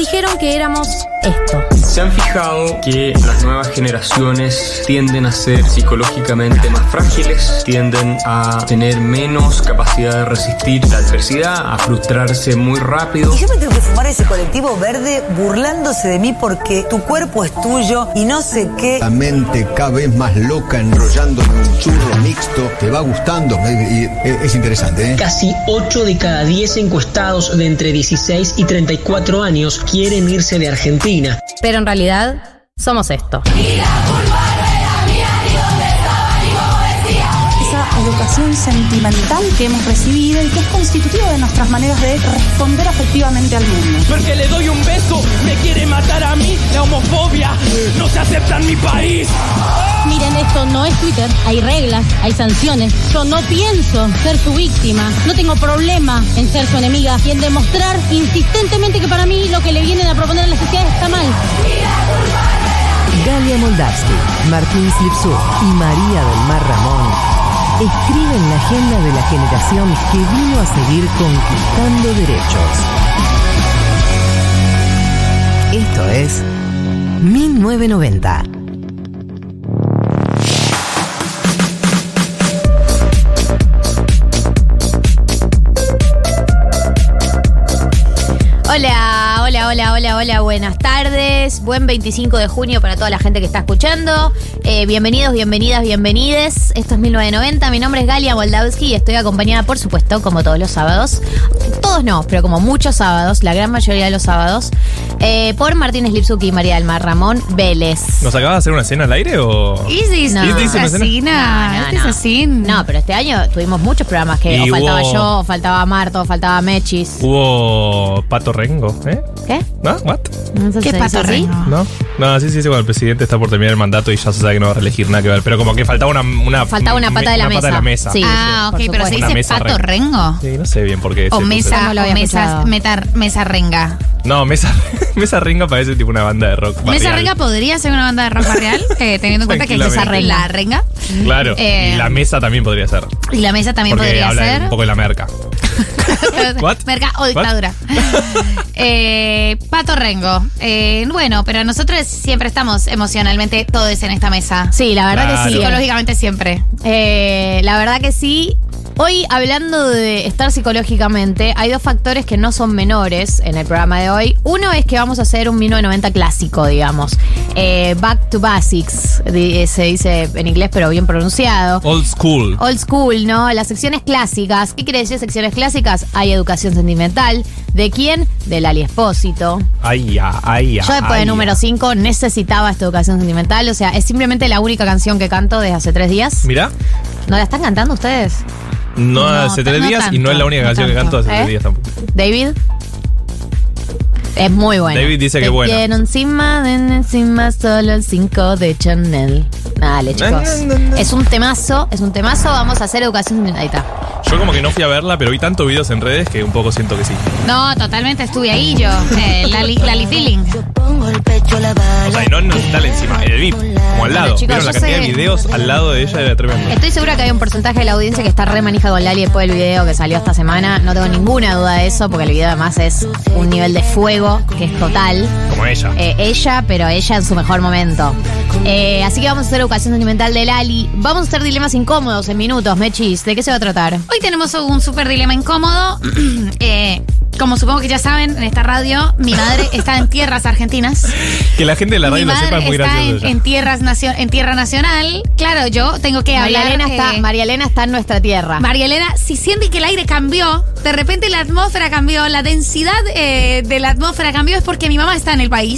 dijeron que éramos esto. ¿Se han fijado que las nuevas generaciones tienden a ser psicológicamente más frágiles? Tienden a tener menos capacidad de resistir la adversidad, a frustrarse muy rápido. Y yo me tengo que fumar ese colectivo verde burlándose de mí porque tu cuerpo es tuyo y no sé qué. La mente cada vez más loca, enrollándome un churro mixto, te va gustando y es interesante, ¿eh? Casi 8 de cada 10 encuestados de entre 16 y 34 años quieren irse de Argentina. Pero en realidad somos esto. Esa educación sentimental que hemos recibido y que es constitutiva de nuestras maneras de responder afectivamente al mundo. Porque le doy un beso, me quiere matar a mí, la homofobia no se acepta en mi país. Miren, esto no es Twitter, hay reglas, hay sanciones. Yo no pienso ser su víctima, no tengo problema en ser su enemiga y en demostrar insistentemente que para mí lo que le vienen a proponer a la sociedad está mal. Galia Moldavsky, Martín Slipsuk y María del Mar Ramón escriben la agenda de la generación que vino a seguir conquistando derechos. Esto es 1990. Hola, buenas tardes, buen 25 de junio para toda la gente que está escuchando, bienvenidos, bienvenides, esto es 1990, mi nombre es Galia Moldavsky y estoy acompañada, por supuesto, como todos los sábados, todos no, pero como muchos sábados, la gran mayoría de los sábados, por Martín Slipsuk y María del Mar Ramón Vélez. ¿Nos acabas de hacer una escena al aire o...? No, pero este año tuvimos muchos programas que o faltaba yo, o faltaba Marto, o faltaba Mechis. Hubo Pato Rengo, ¿eh? ¿Qué? ¿No? ¿What? ¿Qué es Pato Rengo? No, sí, cuando el presidente está por terminar el mandato y ya se sabe que no va a reelegir, nada que ver. Pero como que faltaba una faltaba una pata de la mesa. Sí, ok, pero se dice Pato Rengo. Sí, no sé bien por qué. O mesa renga. No, Mesa Renga parece tipo una banda de rock barrial. Mesa Renga podría ser una banda de rock barrial, teniendo en cuenta que es Mesa Renga. Claro, y la mesa también podría ser. Y la mesa también porque podría habla ser. un poco de la merca. ¿What? Merca o dictadura. Pato Rengo. Bueno, pero nosotros siempre estamos emocionalmente todos en esta mesa. Sí, la verdad que sí. Psicológicamente siempre. La verdad que sí. Hoy, hablando de estar psicológicamente, hay dos factores que no son menores en el programa de hoy. Uno es que vamos a hacer un 1990 clásico, digamos. Back to Basics, se dice en inglés, pero bien pronunciado. Old school. Old school, ¿no? Las secciones clásicas. ¿Qué quiere decir secciones clásicas? Hay educación sentimental. ¿De quién? Del Lali Espósito. Yo después de número 5 necesitaba esta educación sentimental. O sea, es simplemente la única canción que canto desde hace 3 días. Mirá. ¿No la están cantando ustedes? No hace 3 días tanto, y no es la única canción que canto hace 3 días tampoco. David. Es muy buena. David dice que es buena. Quiero encima solo el 5 de Chanel. Dale, chicos. Es un temazo, vamos a hacer educación. Ahí está. Yo como que no fui a verla, pero vi tantos videos en redes que un poco siento que sí. No, totalmente estuve ahí yo. Lali Feeling. O sea, y no dale encima, en el VIP, como al lado. Chicos, vieron la cantidad de videos al lado de ella, era tremendo. Estoy segura que hay un porcentaje de la audiencia que está re manija con Lali después del video que salió esta semana. No tengo ninguna duda de eso, porque el video además es un nivel de fuego que es total. Como ella. Pero ella en su mejor momento. Así que vamos a hacer educación sentimental de Lali. Vamos a hacer dilemas incómodos en minutos, Mechis. ¿De qué se va a tratar? Hoy tenemos un súper dilema incómodo. Como supongo que ya saben, en esta radio, mi madre está en tierras argentinas. Que la gente de la radio lo sepa es muy gracioso. En tierra nacional. Claro, yo tengo que hablar. María Elena está en nuestra tierra. María Elena, si siente que el aire cambió, de repente la atmósfera cambió, la densidad de la atmósfera cambió, es porque mi mamá está en el país.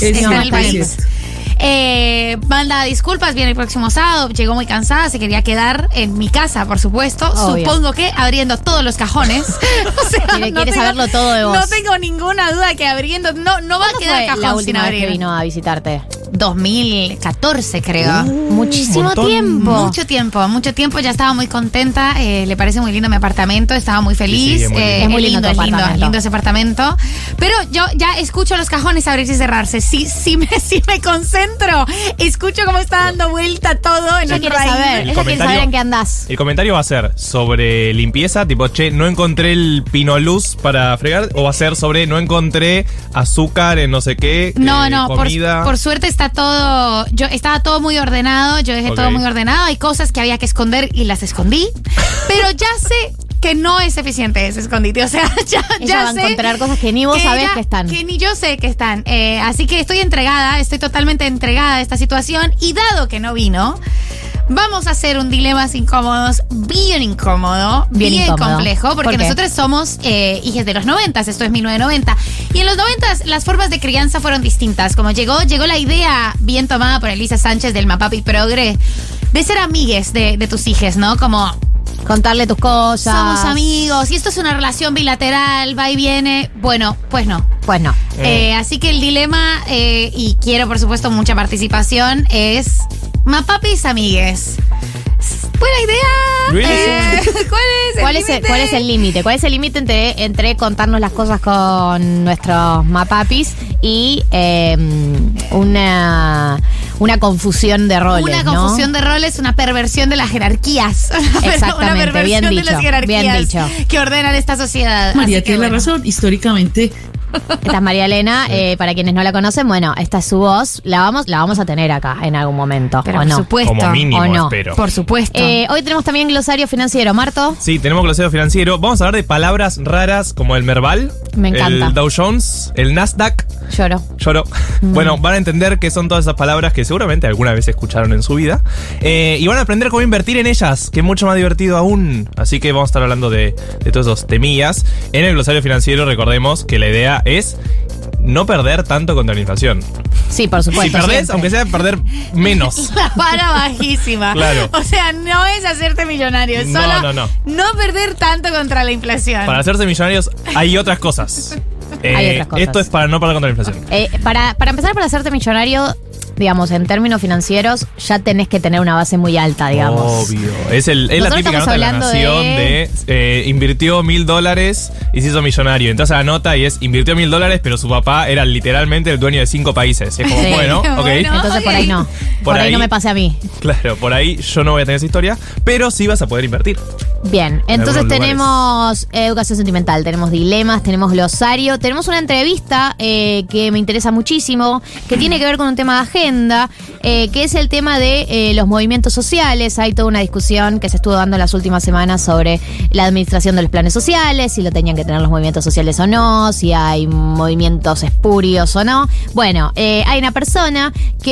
Manda disculpas, viene el próximo sábado, llegó muy cansada, se quería quedar en mi casa, por supuesto. Obvio. Supongo que abriendo todos los cajones. O sea, quiere saberlo todo de vos. No tengo ninguna duda que abriendo, no va a quedar cajón la última sin abrir. vez que vino a visitarte? 2014, creo. Muchísimo tiempo. Mucho tiempo. Ya estaba muy contenta. Le parece muy lindo mi apartamento. Estaba muy feliz. Sí, es muy lindo tu apartamento. Lindo ese apartamento. Pero yo ya escucho los cajones abrirse y cerrarse. Si me concentro, escucho cómo está dando vuelta todo en Yo un quiero raíz. saber. Ella quiere saber en qué andás. El comentario va a ser sobre limpieza, tipo, che, no encontré el pinoluz para fregar, o va a ser sobre no encontré azúcar en no sé qué, No, comida. por suerte está todo. Estaba todo muy ordenado. Yo dejé todo muy ordenado. Hay cosas que había que esconder y las escondí. Pero ya sé que no es eficiente ese escondite. O sea, Ella va a encontrar cosas que ni vos sabés que están. Que ni yo sé que están. Así que estoy totalmente entregada a esta situación. Y dado que no vino, vamos a hacer un Dilemas Incómodos bien incómodo, bien complejo, porque nosotros somos hijas de los 90s, esto es 1990. Y en los 90s las formas de crianza fueron distintas. Como llegó la idea bien tomada por Elisa Sánchez del Mapapi Progre de ser amigues de tus hijes, ¿no? Como contarle tus cosas. Somos amigos y esto es una relación bilateral, va y viene. Bueno, pues no. Así que el dilema, y quiero por supuesto mucha participación, es Mapapis amigues. Buena idea. ¿Cuál es el límite? ¿Cuál es el límite entre contarnos las cosas con nuestros mapapis y una confusión de roles? Una confusión de roles, una perversión de las jerarquías. Exactamente, una perversión bien dicho, de las jerarquías bien dicho. Que ordenan esta sociedad. María tiene la razón, históricamente. Esta es María Elena, para quienes no la conocen, bueno, esta es su voz, la vamos a tener acá en algún momento. Pero ¿o por no? supuesto. Como mínimo, ¿o no? espero. Por supuesto. Hoy tenemos también glosario financiero, Marto. Sí, tenemos glosario financiero. Vamos a hablar de palabras raras como el Merval. Me encanta. El Dow Jones, el Nasdaq. Lloro. Bueno, van a entender qué son todas esas palabras que seguramente alguna vez escucharon en su vida. Y van a aprender cómo invertir en ellas, que es mucho más divertido aún. Así que vamos a estar hablando de todos esos temillas. En el glosario financiero, recordemos que la idea es no perder tanto contra la inflación. Sí, por supuesto. Si perdés, siempre. aunque sea perder menos. La vara bajísima. Claro. O sea, no es hacerte millonario, es solo no perder tanto contra la inflación. Para hacerse millonarios hay otras cosas. Hay otras cosas. Esto es para no perder contra la inflación. Para empezar, para hacerte millonario, digamos, en términos financieros, ya tenés que tener una base muy alta, digamos. Obvio. Es la típica nota de la Nación de invirtió $1.000 y se hizo millonario. Entonces la nota y es invirtió $1.000, pero su papá era literalmente el dueño de 5 países. Es como, Sí. bueno, ok. Entonces por ahí no. Por ahí no me pase a mí. Claro, por ahí yo no voy a tener esa historia, pero sí vas a poder invertir. Bien, entonces algunos tenemos educación sentimental, tenemos dilemas, tenemos glosario, tenemos una entrevista que me interesa muchísimo, que tiene que ver con un tema de agenda, que es el tema de los movimientos sociales. Hay toda una discusión que se estuvo dando en las últimas semanas sobre la administración de los planes sociales, si lo tenían que tener los movimientos sociales o no, si hay movimientos espurios o no. Bueno, hay una persona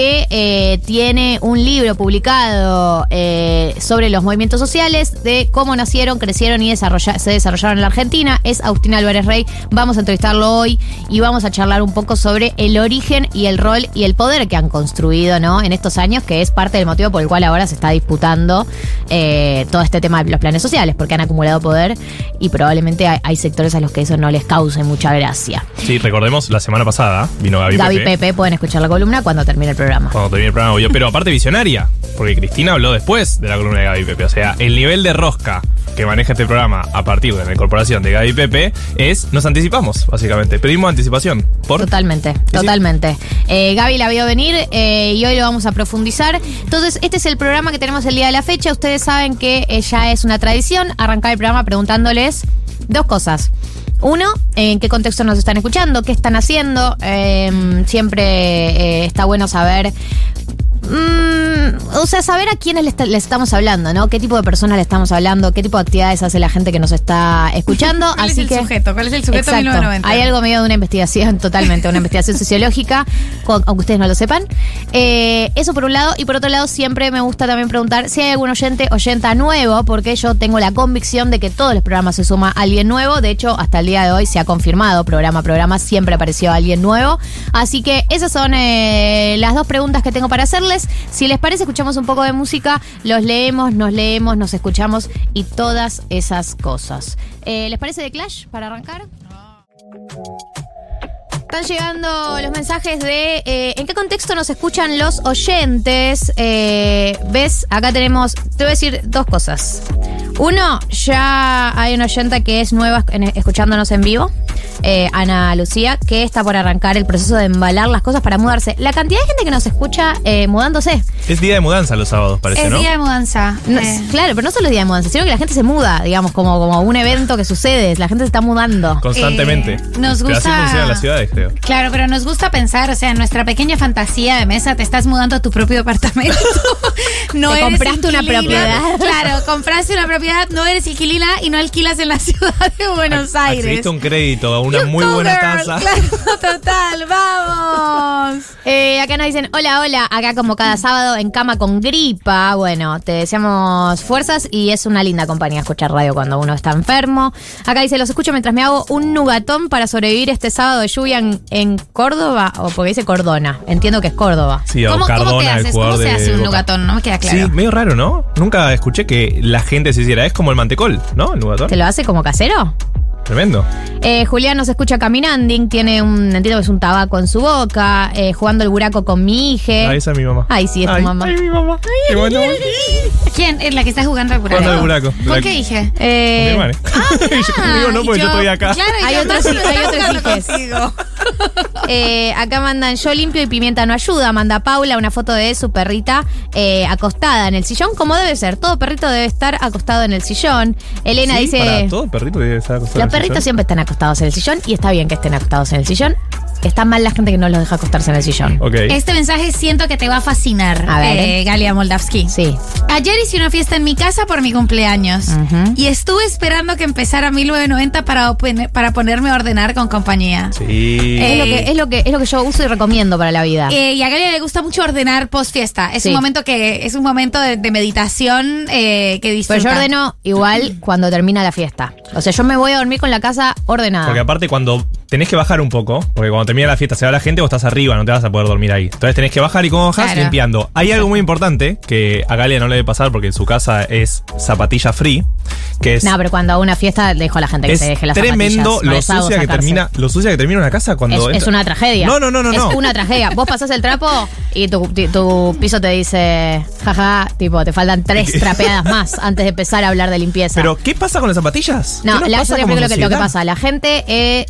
que tiene un libro publicado sobre los movimientos sociales, de cómo nacieron, crecieron y se desarrollaron en la Argentina. Es Agustín Álvarez Rey. Vamos a entrevistarlo hoy y vamos a charlar un poco sobre el origen y el rol y el poder que han construido, ¿no?, en estos años, que es parte del motivo por el cual ahora se está disputando todo este tema de los planes sociales, porque han acumulado poder y probablemente hay sectores a los que eso no les cause mucha gracia. Sí, recordemos, la semana pasada vino Gaby Pepe. Pueden escuchar la columna cuando termine el programa. Cuando termine el programa, obvio. Pero aparte visionaria, porque Cristina habló después de la columna de Gaby Pepe. O sea, el nivel de rosca que maneja este programa a partir de la incorporación de Gaby Pepe nos anticipamos, básicamente. Pedimos anticipación. Totalmente. Gaby la vio venir y hoy lo vamos a profundizar. Entonces, este es el programa que tenemos el día de la fecha. Ustedes saben que ya es una tradición arrancar el programa preguntándoles dos cosas. Uno, en qué contexto nos están escuchando, qué están haciendo. Siempre está bueno saber... saber a quiénes le estamos hablando, ¿no? ¿Qué tipo de personas le estamos hablando? ¿Qué tipo de actividades hace la gente que nos está escuchando? ¿Cuál es el sujeto? ¿Cuál es el sujeto de Exacto. 1990? Hay algo medio de una investigación, totalmente, una investigación sociológica, aunque ustedes no lo sepan. Eso por un lado. Y por otro lado, siempre me gusta también preguntar si hay algún oyenta nuevo, porque yo tengo la convicción de que todos los programas se suma alguien nuevo. De hecho, hasta el día de hoy se ha confirmado, programa a programa, siempre apareció alguien nuevo. Así que esas son las dos preguntas que tengo para hacerles. Si les parece, escuchamos un poco de música, nos leemos, nos escuchamos y todas esas cosas. ¿Les parece The Clash para arrancar? Están llegando los mensajes de en qué contexto nos escuchan los oyentes. ¿Ves? Acá tenemos, te voy a decir dos cosas. Uno, ya hay una oyenta que es nueva escuchándonos en vivo, Ana Lucía, que está por arrancar el proceso de embalar las cosas para mudarse. La cantidad de gente que nos escucha mudándose. Es día de mudanza los sábados, parece, ¿no? Es día de mudanza. No, claro, pero no solo es día de mudanza, sino que la gente se muda, digamos, como un evento que sucede. La gente se está mudando. Constantemente. Nos gusta. Pero así funcionan las ciudades, creo. Claro, pero nos gusta pensar, o sea, en nuestra pequeña fantasía de mesa, te estás mudando a tu propio apartamento. No te compraste una propiedad. Claro, compraste una propiedad, no eres inquilina y no alquilas en la ciudad de Buenos Aires. Accediste un crédito a una muy buena tasa. Claro, total, vamos. Acá nos dicen, hola, acá como cada sábado en cama con gripa. Bueno, te deseamos fuerzas y es una linda compañía escuchar radio cuando uno está enfermo. Acá dice, los escucho mientras me hago un nugatón para sobrevivir este sábado de lluvia en Córdoba, o porque dice Cordona, entiendo que es Córdoba. Sí, ¿Cómo te haces? ¿Cómo se hace un nugatón? No me queda claro. Sí, medio raro, ¿no? Nunca escuché que la gente se hiciera. Es como el mantecol, ¿no? El nugatón. ¿Te lo hace como casero? Tremendo. Julián nos escucha caminando, entiendo que es un tabaco en su boca, jugando el buraco con mi hija. Ah, esa es mi mamá. Ay, sí, es tu mamá. Ay, mi mamá. Qué bueno. ¿Quién es la que está jugando al buraco? Jugando al buraco. ¿Con qué hija? Con mi hermana. Conmigo no, porque yo estoy acá. Claro, hay otros hijos. Acá mandan, yo limpio y pimienta no ayuda. Manda Paula una foto de su perrita acostada en el sillón, como debe ser. Todo perrito debe estar acostado en el sillón. Elena dice... Para todo perrito debe estar acostado en el sillón. Los perritos siempre están acostados en el sillón y está bien que estén acostados en el sillón. Está mal la gente que no los deja acostarse en el sillón. Okay. Este mensaje siento que te va a fascinar, a ver, Galia Moldavsky. Sí. Ayer hice una fiesta en mi casa por mi cumpleaños y estuve esperando que empezara 1990 para ponerme a ordenar con compañía. Sí. Es lo que yo uso y recomiendo para la vida. Y a Galia le gusta mucho ordenar post fiesta. Es un momento de meditación que disfruta. Pero yo ordeno igual cuando termina la fiesta. O sea, yo me voy a dormir con la casa ordenada. Porque aparte cuando tenés que bajar un poco, porque cuando termina la fiesta se va la gente, vos estás arriba, no te vas a poder dormir ahí. Entonces tenés que bajar y como bajás, claro, limpiando. Hay algo muy importante que a Galia no le debe pasar porque en su casa es zapatilla free, que es... No, pero cuando hago una fiesta dejo a la gente que se deje las zapatillas. Es tremendo lo sucia que termina una casa cuando... Es una tragedia. No. Es una tragedia. Vos pasás el trapo y tu piso te dice, jaja, tipo, te faltan 3 trapeadas más antes de empezar a hablar de limpieza. Pero, ¿qué pasa con las zapatillas? No, yo te explico lo que pasa. La gente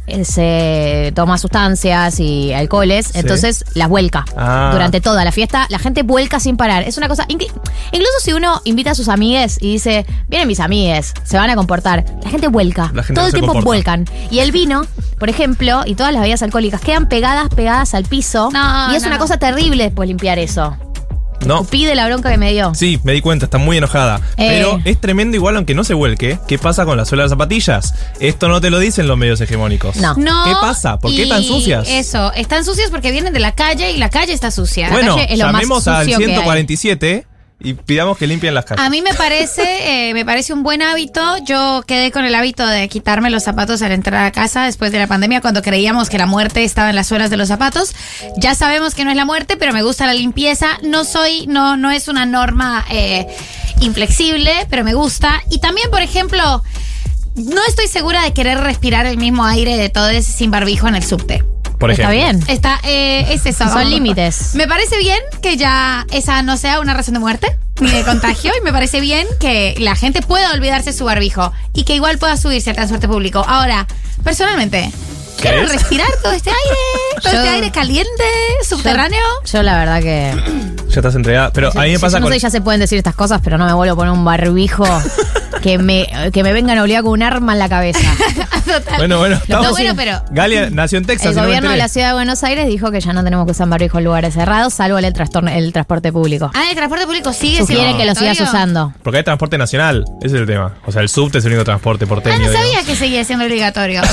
se toma sustancias y alcoholes, entonces las vuelca. Durante toda la fiesta, la gente vuelca sin parar. Es una cosa... Incluso si uno invita a sus amigues y dice, vienen mis amigues, se van a comportar, la gente vuelca. Todo el tiempo vuelcan. Y el vino, por ejemplo, y todas las bebidas alcohólicas quedan pegadas al piso. Y es una cosa terrible después limpiar eso. No. Pide la bronca que me dio. Sí, me di cuenta, está muy enojada. Pero es tremendo igual aunque no se vuelque. ¿Qué pasa con la suela de las zapatillas? Esto no te lo dicen los medios hegemónicos. No. ¿Qué pasa? ¿Por qué tan sucias? Eso, están sucias porque vienen de la calle y la calle está sucia. Bueno, es lo llamemos más al sucio 147 y pidamos que limpien las calles. A mí me parece un buen hábito. Yo quedé con el hábito de quitarme los zapatos al entrar a casa después de la pandemia, cuando creíamos que la muerte estaba en las suelas de los zapatos. Ya sabemos que no es la muerte, pero me gusta la limpieza. No es una norma inflexible, pero me gusta. Y también, por ejemplo, no estoy segura de querer respirar el mismo aire de todos sin barbijo en el subte. Está bien. Es eso. Son límites. Me parece bien que ya esa no sea una razón de muerte ni de contagio, y me parece bien que la gente pueda olvidarse su barbijo y que igual pueda subirse al transporte público. Ahora, personalmente, quiero respirar todo este aire caliente, subterráneo. Yo la verdad que... Ya estás entregada. Pero a mí me pasa no sé, ya se pueden decir estas cosas, pero no me vuelvo a poner un barbijo que me vengan a obligar con un arma en la cabeza. Bueno, pero Galia nació en Texas. El gobierno de la ciudad de Buenos Aires dijo que ya no tenemos que usar barbijo en lugares cerrados, salvo el transporte público. El transporte público sigue siendo que lo sigas usando. Porque hay transporte nacional, ese es el tema. O sea, el subte es el único transporte porteño. No sabía que seguía siendo obligatorio.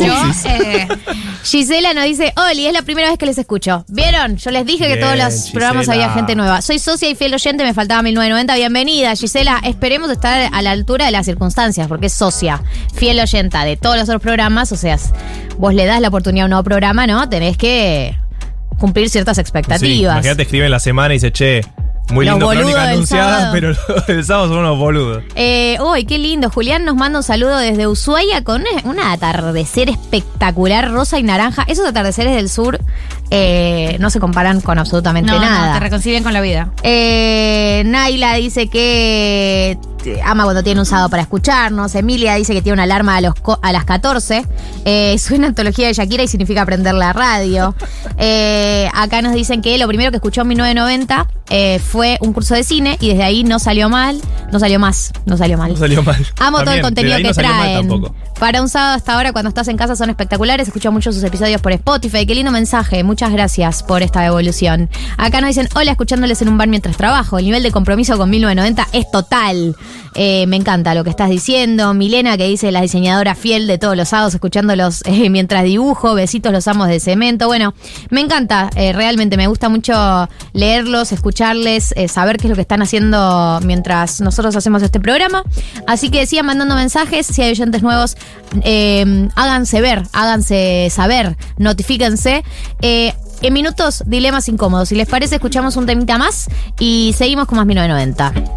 Gisela nos dice, Oli, es la primera vez que les escucho. ¿Vieron? Yo les dije que todos los programas había gente nueva. Soy socia y fiel oyente, me faltaba 1990. Bienvenida, Gisela. Esperemos estar a la altura de las circunstancias, porque es socia, fiel oyenta de todos los otros programas. O sea, vos le das la oportunidad a un nuevo programa, ¿no? Tenés que cumplir ciertas expectativas. Sí, imagínate, escribe en la semana y dice, che, Muy Los lindo, boludos Crónica del Anunciada, sábado. pero el sábado son unos boludos. Uy, qué lindo. Julián nos manda un saludo desde Ushuaia con un atardecer espectacular, rosa y naranja. Esos atardeceres del sur no se comparan con absolutamente nada. No, te reconcilian con la vida. Naila dice que ama cuando tiene un sábado para escucharnos. Emilia dice que tiene una alarma a las 14. Suena antología de Shakira y significa aprender la radio. Acá nos dicen que lo primero que escuchó en 1990 fue un curso de cine y desde ahí no salió mal. No salió mal. No salió mal. Amo todo el También, contenido desde ahí que no salió mal traen. tampoco. Para un sábado hasta ahora, cuando estás en casa, son espectaculares. Escucho mucho sus episodios por Spotify. Qué lindo mensaje. Muchas gracias por esta evolución. Acá nos dicen, hola, escuchándoles en un bar mientras trabajo. El nivel de compromiso con 1990 es total. Me encanta lo que estás diciendo. Milena, que dice la diseñadora fiel de todos los sábados, escuchándolos mientras dibujo. Besitos, los amos de cemento. Bueno, me encanta. Realmente me gusta mucho leerlos, escucharles, saber qué es lo que están haciendo mientras nosotros hacemos este programa. Así que sigan mandando mensajes. Si hay oyentes nuevos, háganse ver, háganse saber, notifíquense. En minutos, dilemas incómodos. Si les parece, escuchamos un temita más y seguimos con más 1990.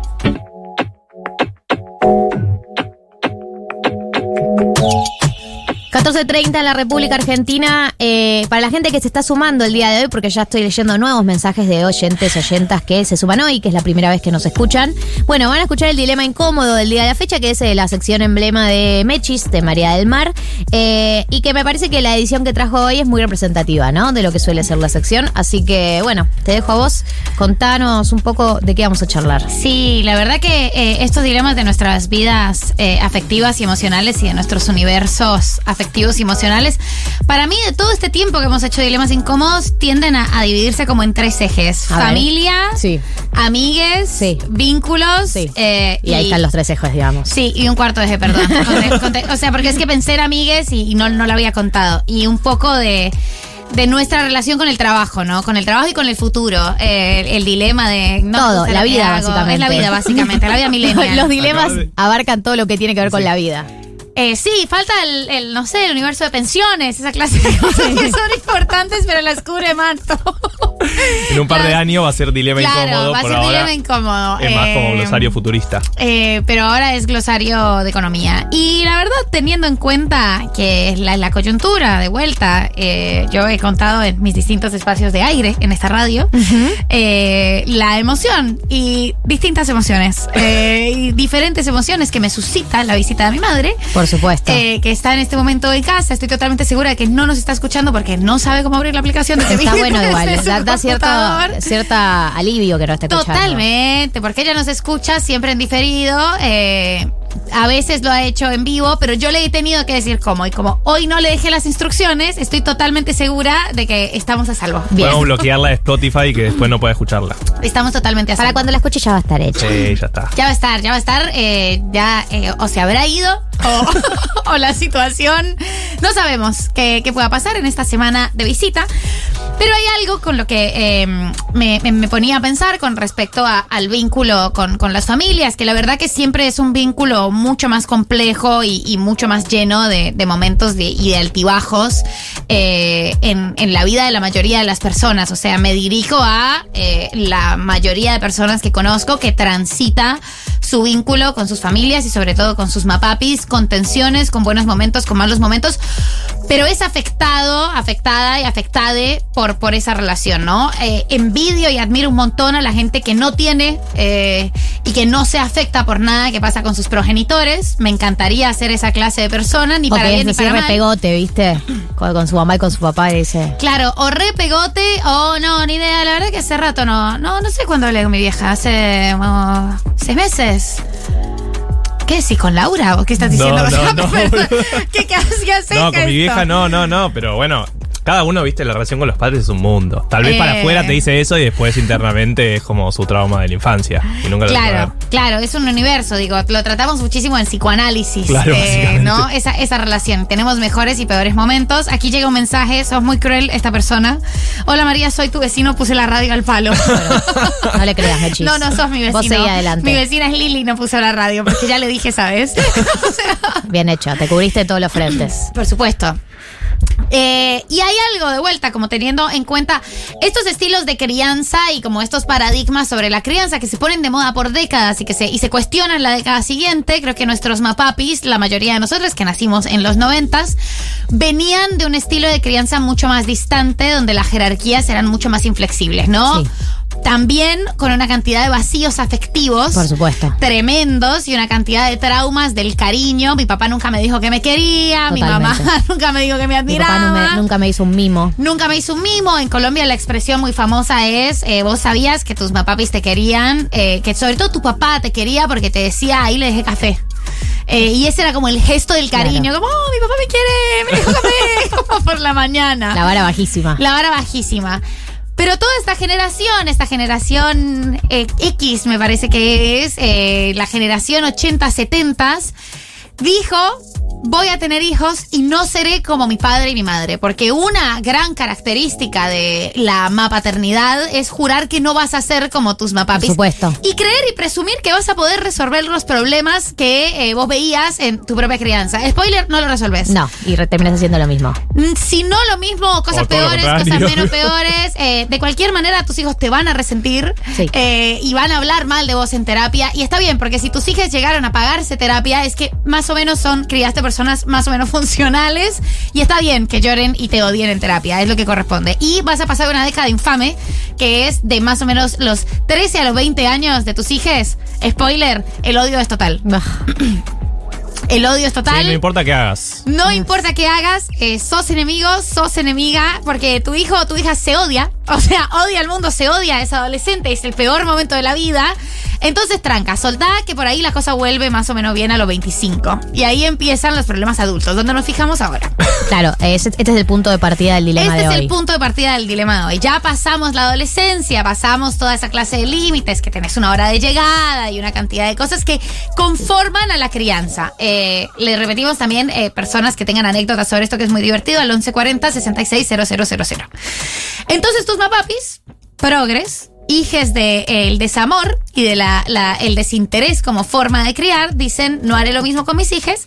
.30 en la República Argentina. Para la gente que se está sumando el día de hoy, porque ya estoy leyendo nuevos mensajes de oyentas que se suman hoy, que es la primera vez que nos escuchan. Bueno, van a escuchar el dilema incómodo del día de la fecha, que es la sección emblema de Mechis, de María del Mar, y que me parece que la edición que trajo hoy es muy representativa, ¿no? De lo que suele ser la sección. Así que, bueno, te dejo a vos. Contanos un poco de qué vamos a charlar. Sí, la verdad que estos dilemas de nuestras vidas afectivas y emocionales y de nuestros universos afectivos y emocionales, para mí, de todo este tiempo que hemos hecho dilemas incómodos, tienden a dividirse como en 3 ejes. Familia, amigues, vínculos. Y ahí están los 3 ejes, digamos. Sí, y un cuarto eje, perdón. O sea, porque es que pensé en amigues y no lo había contado. Y un poco de nuestra relación con el trabajo, ¿no? Con el trabajo y con el futuro. El dilema de... No, todo, la vida, básicamente. Es la vida, básicamente. La vida millennial. Los dilemas abarcan todo lo que tiene que ver con la vida. Sí, falta no sé, el universo de pensiones, esa clase de cosas que son importantes, pero las cubre Marto. En un par de años va a ser dilema incómodo. Va a ser dilema incómodo. Es más como glosario futurista. Pero ahora es glosario de economía. Y la verdad, teniendo en cuenta que es la coyuntura, de vuelta, yo he contado en mis distintos espacios de aire en esta radio, la emoción y distintas emociones. Y diferentes emociones que me suscita la visita de mi madre. Por supuesto. Que está en este momento en casa. Estoy totalmente segura de que no nos está escuchando porque no sabe cómo abrir la aplicación de Está bueno igual. Da cierta alivio que no esté escuchando. Totalmente, porque ella nos escucha siempre en diferido. A veces lo ha hecho en vivo, pero yo le he tenido que decir cómo. Y como hoy no le dejé las instrucciones, estoy totalmente segura de que estamos a salvo. Podemos bloquearla de Spotify y que después no pueda escucharla. Estamos totalmente a salvo. Para cuando la escuche ya va a estar hecha. Sí, ya está. Ya va a estar. O se habrá ido o la situación. No sabemos qué pueda pasar en esta semana de visita. Pero hay algo con lo que me ponía a pensar con respecto al vínculo con las familias, que la verdad que siempre es un vínculo mucho más complejo y mucho más lleno de momentos y de altibajos en la vida de la mayoría de las personas. O sea, me dirijo a la mayoría de personas que conozco que transita su vínculo con sus familias y sobre todo con sus mapapis, con tensiones, con buenos momentos, con malos momentos, pero es afectada y afectade por esa relación, ¿no? Envidio y admiro un montón a la gente que no tiene y que no se afecta por nada que pasa con sus progenitores. Me encantaría ser esa clase de persona, ni para bien ni para mal. Repegote, ¿viste? Con su mamá y con su papá dice. Claro, o repegote o no, ni idea. La verdad que hace rato no sé cuándo hablé con mi vieja. Hace 6 meses. ¿Qué decís con Laura? ¿O qué estás diciendo? No. ¿Qué haces? No, con mi vieja no, pero bueno. Cada uno, viste, la relación con los padres es un mundo. Tal vez para afuera te dice eso y después internamente es como su trauma de la infancia. Y nunca Claro, es un universo, digo, lo tratamos muchísimo en psicoanálisis, claro, ¿no? Esa relación. Tenemos mejores y peores momentos. Aquí llega un mensaje, sos muy cruel esta persona. Hola María, soy tu vecino, puse la radio al palo. No le creas, Mechis. No sos mi vecino. Vos seguí adelante. Mi vecina es Lili, no puso la radio, porque ya le dije, ¿sabes? Bien hecho, te cubriste todos los frentes. Por supuesto. Y hay algo de vuelta, como teniendo en cuenta estos estilos de crianza y como estos paradigmas sobre la crianza que se ponen de moda por décadas y se cuestionan la década siguiente. Creo que nuestros mapapis, la mayoría de nosotros que nacimos en los 90s, venían de un estilo de crianza mucho más distante, donde las jerarquías eran mucho más inflexibles, ¿no? Sí. También con una cantidad de vacíos afectivos, por supuesto, tremendos, y una cantidad de traumas del cariño. Mi papá nunca me dijo que me quería. Totalmente. Mi mamá nunca me dijo que me admiraba. Mi papá nunca me hizo un mimo. Nunca me hizo un mimo. En Colombia la expresión muy famosa es, vos sabías que tus papis te querían, que sobre todo tu papá te quería porque te decía, ahí le dejé café. Y ese era como el gesto del cariño, claro. Como, oh, mi papá me quiere, me dejó café, como por la mañana. La vara bajísima. La vara bajísima. Pero toda esta generación X, me parece que es, la generación 80-70s, dijo, voy a tener hijos y no seré como mi padre y mi madre. Porque una gran característica de la mapaternidad es jurar que no vas a ser como tus mapapis. Por supuesto. Y creer y presumir que vas a poder resolver los problemas que vos veías en tu propia crianza. Spoiler, no lo resolves. No, y terminas haciendo lo mismo. Si no lo mismo, cosas peores, cosas menos peores. De cualquier manera, tus hijos te van a resentir, sí. Y van a hablar mal de vos en terapia. Y está bien, porque si tus hijos llegaron a pagarse terapia, es que más o menos criaste personas más o menos funcionales, y está bien que lloren y te odien en terapia, es lo que corresponde. Y vas a pasar una década infame, que es de más o menos los 13 a los 20 años de tus hijos. Spoiler, el odio es total. El odio es total. Sí, no importa qué hagas. No importa qué hagas, sos enemigo, sos enemiga, porque tu hijo o tu hija se odia. O sea, odia al mundo, se odia, es adolescente, es el peor momento de la vida. Entonces, tranca, soltá, que por ahí la cosa vuelve más o menos bien a los 25. Y ahí empiezan los problemas adultos, donde nos fijamos ahora. Claro, este es el punto de partida del dilema de hoy. Este es el punto de partida del dilema de hoy. Ya pasamos la adolescencia, pasamos toda esa clase de límites, que tenés una hora de llegada y una cantidad de cosas que conforman a la crianza. Le repetimos también, personas que tengan anécdotas sobre esto, que es muy divertido, al 1140-660000. Entonces, tus mapapis, progres, hijes del desamor y de el desinterés como forma de criar, dicen, no haré lo mismo con mis hijes.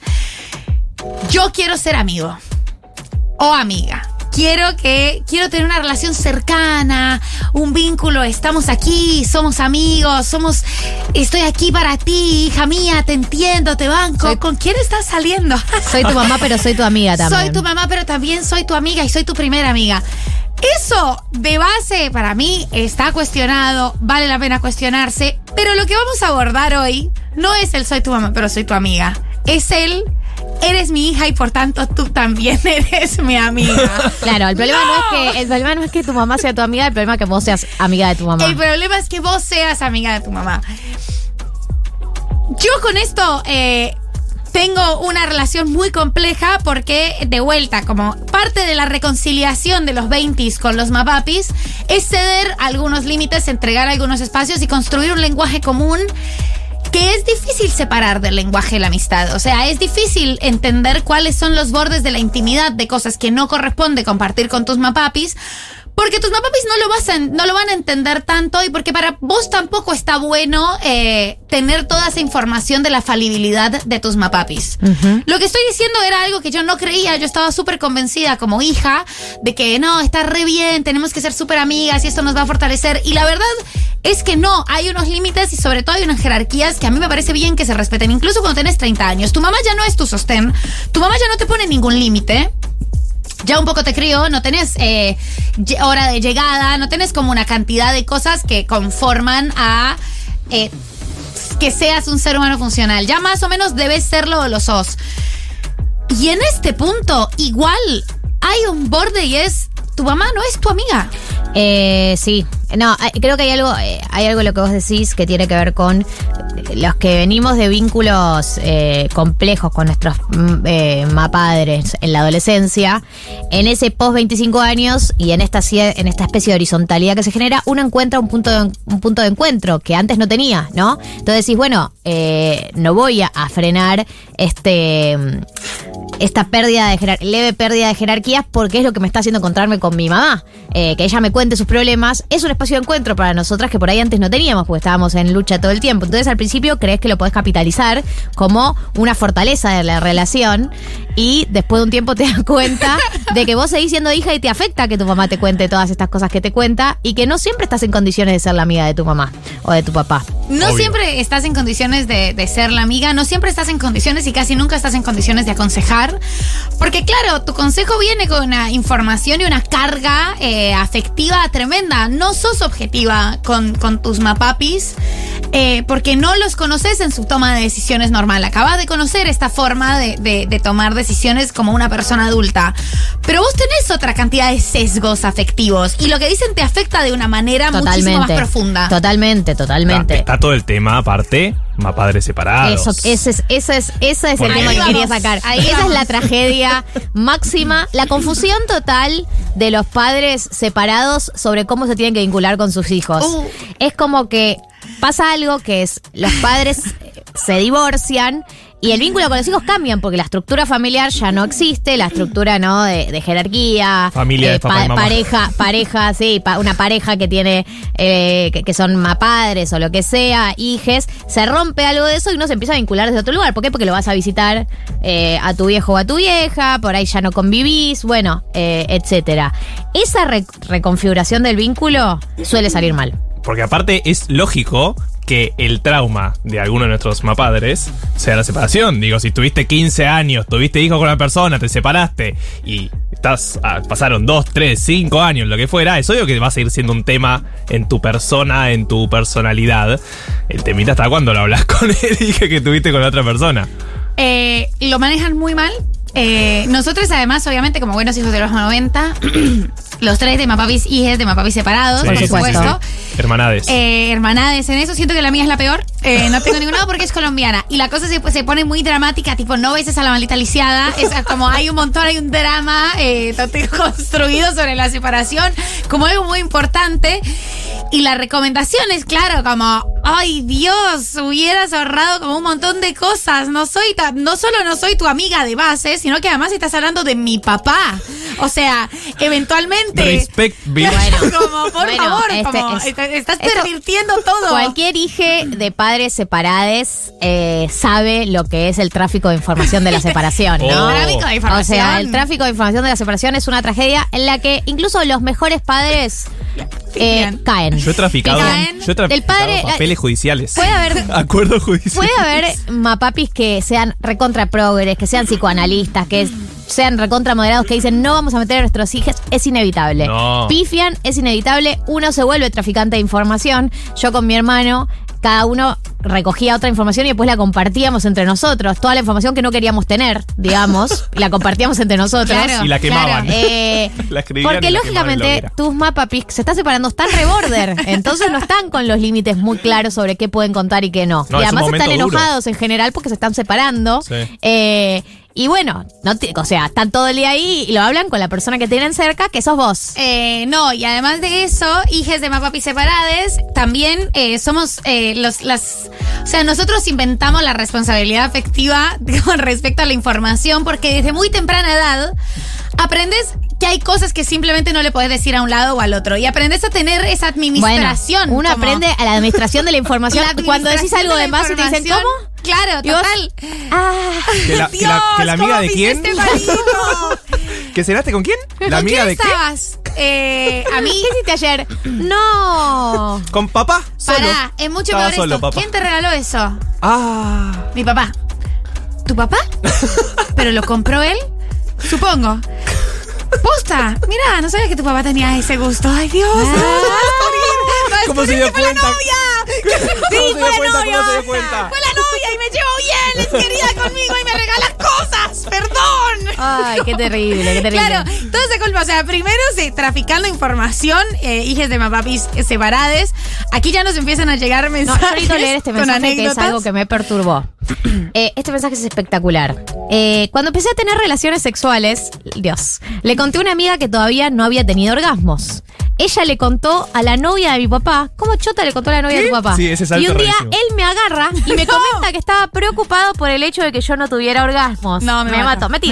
Yo quiero ser amigo o amiga. Quiero tener una relación cercana, un vínculo, estamos aquí, somos amigos, estoy aquí para ti, hija mía, te entiendo, te banco. ¿Con quién estás saliendo? Soy tu mamá, pero soy tu amiga también. Soy tu mamá, pero también soy tu amiga y soy tu primera amiga. Eso, de base, para mí, está cuestionado, vale la pena cuestionarse, pero lo que vamos a abordar hoy no es el soy tu mamá, pero soy tu amiga. Es eres mi hija y por tanto tú también eres mi amiga. Claro, el problema no es que tu mamá sea tu amiga, el problema es que vos seas amiga de tu mamá. El problema es que vos seas amiga de tu mamá. Yo con esto tengo una relación muy compleja porque, de vuelta, como parte de la reconciliación de los 20s con los mapapis, es ceder algunos límites, entregar algunos espacios y construir un lenguaje común que es difícil separar del lenguaje de la amistad. O sea, es difícil entender cuáles son los bordes de la intimidad de cosas que no corresponde compartir con tus mapapis, porque tus mapapis no lo van a entender tanto y porque para vos tampoco está bueno tener toda esa información de la falibilidad de tus mapapis. Uh-huh. Lo que estoy diciendo era algo que yo no creía. Yo estaba súper convencida como hija de que no, está re bien, tenemos que ser súper amigas y esto nos va a fortalecer. Y la verdad es que no, hay unos límites y sobre todo hay unas jerarquías que a mí me parece bien que se respeten. Incluso cuando tenés 30 años. Tu mamá ya no es tu sostén. Tu mamá ya no te pone ningún límite. Ya un poco te crió, no tenés hora de llegada, no tenés como una cantidad de cosas que conforman a que seas un ser humano funcional. Ya más o menos debes serlo o lo sos. Y en este punto, igual, hay un borde y es, tu mamá no es tu amiga. Sí, no, creo que hay algo en lo que vos decís que tiene que ver con los que venimos de vínculos complejos con nuestros mapadres en la adolescencia. En ese post 25 años y en esta especie de horizontalidad que se genera, uno encuentra un punto de encuentro que antes no tenía, ¿no? Entonces decís, bueno, no voy a frenar esta leve pérdida de jerarquías, porque es lo que me está haciendo encontrarme con mi mamá. Que ella me cuente sus problemas es un espacio de encuentro para nosotras que por ahí antes no teníamos, porque estábamos en lucha todo el tiempo. Entonces al principio crees que lo podés capitalizar como una fortaleza de la relación, y después de un tiempo te das cuenta de que vos seguís siendo hija y te afecta que tu mamá te cuente todas estas cosas que te cuenta, y que no siempre estás en condiciones de ser la amiga de tu mamá o de tu papá. No Obvio. siempre estás en condiciones de ser la amiga, no siempre estás en condiciones y casi nunca estás en condiciones de aconsejar. Porque claro, tu consejo viene con una información y una carga afectiva tremenda. No sos objetiva con tus mapapis porque no los conoces en su toma de decisiones normal. Acabas de conocer esta forma de tomar decisiones como una persona adulta. Pero vos tenés otra cantidad de sesgos afectivos y lo que dicen te afecta de una manera muchísimo más profunda. Totalmente. Está todo el tema, aparte, padres separados. Ese es el tema que quería sacar. Esa es la tragedia máxima, la confusión total de los padres separados sobre cómo se tienen que vincular con sus hijos. Es como que pasa algo que es, los padres se divorcian y el vínculo con los hijos cambian, porque la estructura familiar ya no existe, la estructura no de jerarquía, familia de papá y mamá. pareja, sí, una pareja que tiene que son padres o lo que sea, hijes, se rompe algo de eso y uno se empieza a vincular desde otro lugar. ¿Por qué? Porque lo vas a visitar a tu viejo o a tu vieja, por ahí ya no convivís, bueno, etcétera. Esa reconfiguración del vínculo suele salir mal. Porque aparte es lógico que el trauma de alguno de nuestros mapadres sea la separación. Digo, si tuviste 15 años, tuviste hijos con una persona, te separaste y pasaron 2, 3, 5 años, lo que fuera, es obvio que va a seguir siendo un tema en tu persona, en tu personalidad. El temita está cuando lo hablas con el hijo que tuviste con la otra persona. Lo manejan muy mal. Nosotros además, obviamente, como buenos hijos de los 90, los tres de mapapis hijes de mapapis separados, Sí, por sí, supuesto. sí. Hermanades. Hermanades en eso. Siento que la mía es la peor. No tengo ninguna porque es colombiana. Y la cosa se pone muy dramática, tipo, no beses a la maldita lisiada. Es como hay un drama construido sobre la separación como algo muy importante. Y la recomendación es, claro, como, ay Dios, hubieras ahorrado como un montón de cosas. No solo no soy tu amiga de base, sino que además estás hablando de mi papá. O sea, eventualmente. Respect, bitch. Bueno, como, por favor, estás pervirtiendo todo. Cualquier hijo de padres separados sabe lo que es el tráfico de información de la separación, ¿no? Tráfico de información. O sea, el tráfico de información de la separación es una tragedia en la que incluso los mejores padres caen. Yo he traficado El padre, papeles judiciales. Puede haber acuerdos judiciales. Puede haber mapapis que sean recontra progres, que sean psicoanalistas, que sean recontra moderados, que dicen no vamos a meter a nuestros hijos. Es inevitable. No. Pifian, es inevitable. Uno se vuelve traficante de información. Yo con mi hermano, cada uno recogía otra información y después la compartíamos entre nosotros. Toda la información que no queríamos tener, digamos, la compartíamos entre nosotros. Claro, y la quemaban. Claro. La escribían Porque y la lógicamente quemaban, lo tus mapapis se están separando, están reborder. Entonces no están con los límites muy claros sobre qué pueden contar y qué no. No, Y es un además momento están duro. enojados en general porque se están separando. Sí. Y bueno, o sea, están todo el día ahí y lo hablan con la persona que tienen cerca, que sos vos. No, y además de eso, hijes de mapapis separades, también somos o sea, nosotros inventamos la responsabilidad afectiva con respecto a la información, porque desde muy temprana edad aprendes que hay cosas que simplemente no le podés decir a un lado o al otro. Y aprendes a tener esa administración. Bueno, uno como aprende a la administración de la información. Cuando decís algo de más y te dicen, ¿cómo? Claro, Y vos, total. ¿Que la amiga de quién? Este malito. ¿Que cenaste con quién? ¿La ¿Con amiga quién de qué? estabas? A mí. ¿Qué hiciste ayer? No. ¿Con papá? Solo. Pará, es mucho Estaba peor solo, esto. papá. ¿Quién te regaló eso? Ah. Mi papá. ¿Tu papá? ¿Pero lo compró él? Supongo. ¡Posta! Mira, no sabía que tu papá tenía ese gusto. ¡Ay, Dios! ¿Cómo se dio cuenta? Sí, ¿Cómo se dio cuenta? novia. ¿Cómo se dio cuenta? Fue la novia y me llevo bien. Es querida conmigo y me regala cosas. ¡Perdón! Ay, qué terrible, qué terrible. Claro, todo se culpa. O sea, primero traficando información, hijes de mapapis separades. Aquí ya nos empiezan a llegar No, mensajes. yo necesito leer este con mensaje que es anécdotas. algo que me perturbó. Este mensaje es espectacular. Cuando empecé a tener relaciones sexuales, Dios, le conté a una amiga que todavía no había tenido orgasmos. Ella le contó a la novia de mi papá. ¿Cómo chota le contó a la novia de tu papá? Sí, ese salto y un día rarísimo. él me agarra y me comenta que estaba preocupado por el hecho de que yo no tuviera orgasmos. No, me mato. Me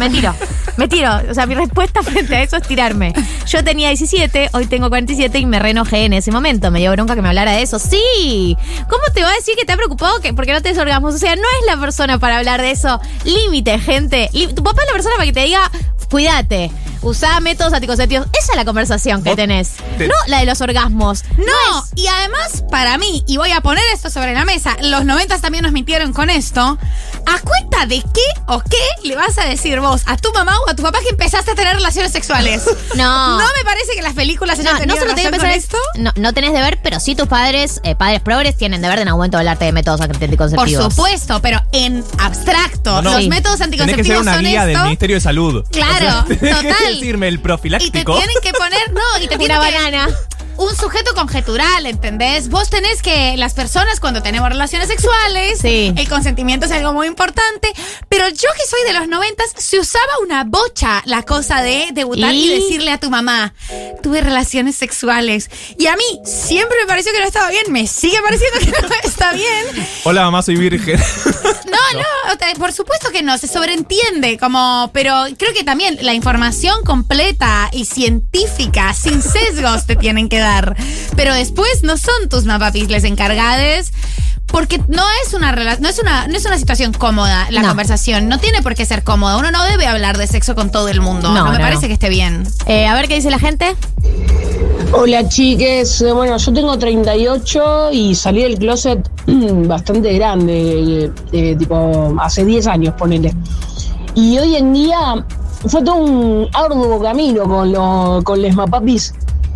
tiro. O sea, mi respuesta frente a eso es tirarme. Yo tenía 17, hoy tengo 47 y me reenojé en ese momento. Me dio bronca que me hablara de eso. Sí. ¿Cómo te va a decir que te ha preocupado porque no tenés orgasmos? O sea, no es la persona para hablar de eso. Límite, gente. Tu papá es la persona para que te diga, cuídate. Usá métodos anticonceptivos. Esa es la conversación que tenés. No la de los orgasmos. No, y además, para mí, y voy a poner esto sobre la mesa, los 90s también nos mintieron con esto. ¿A cuenta de qué o qué le vas a decir vos a tu mamá o a tu papá que empezaste a tener relaciones sexuales? No. No me parece que las películas hayan tenido no solo tenés que relación pensar con esto. No tenés deber, pero sí tus padres progres tienen deber de en algún momento hablarte de métodos anticonceptivos. Por supuesto, pero en abstracto. No. Los métodos anticonceptivos tenés que ser una son guía esto. del Ministerio de Salud. Claro, tenés total. que decirme el profiláctico. Y te tienen que poner, y te tienen una que, banana. Un sujeto conjetural, ¿entendés? Vos tenés que, las personas cuando tenemos relaciones sexuales, sí, el consentimiento es algo muy importante, pero yo que soy de los 90s, se usaba una bocha la cosa de debutar y decirle a tu mamá, tuve relaciones sexuales. Y a mí siempre me pareció que no estaba bien, me sigue pareciendo que no está bien. Hola mamá, soy virgen. No, por supuesto que no, se sobreentiende, pero creo que también la información completa y científica, sin sesgos, te tienen que dar. Pero después no son tus mapapis encargadas, porque no es una situación cómoda la conversación. No tiene por qué ser cómoda. Uno no debe hablar de sexo con todo el mundo. No me parece que esté bien. A ver qué dice la gente. Hola chiques, bueno, yo tengo 38 y salí del closet bastante grande, tipo hace 10 años, ponele. Y hoy en día fue todo un arduo camino con los mapapis,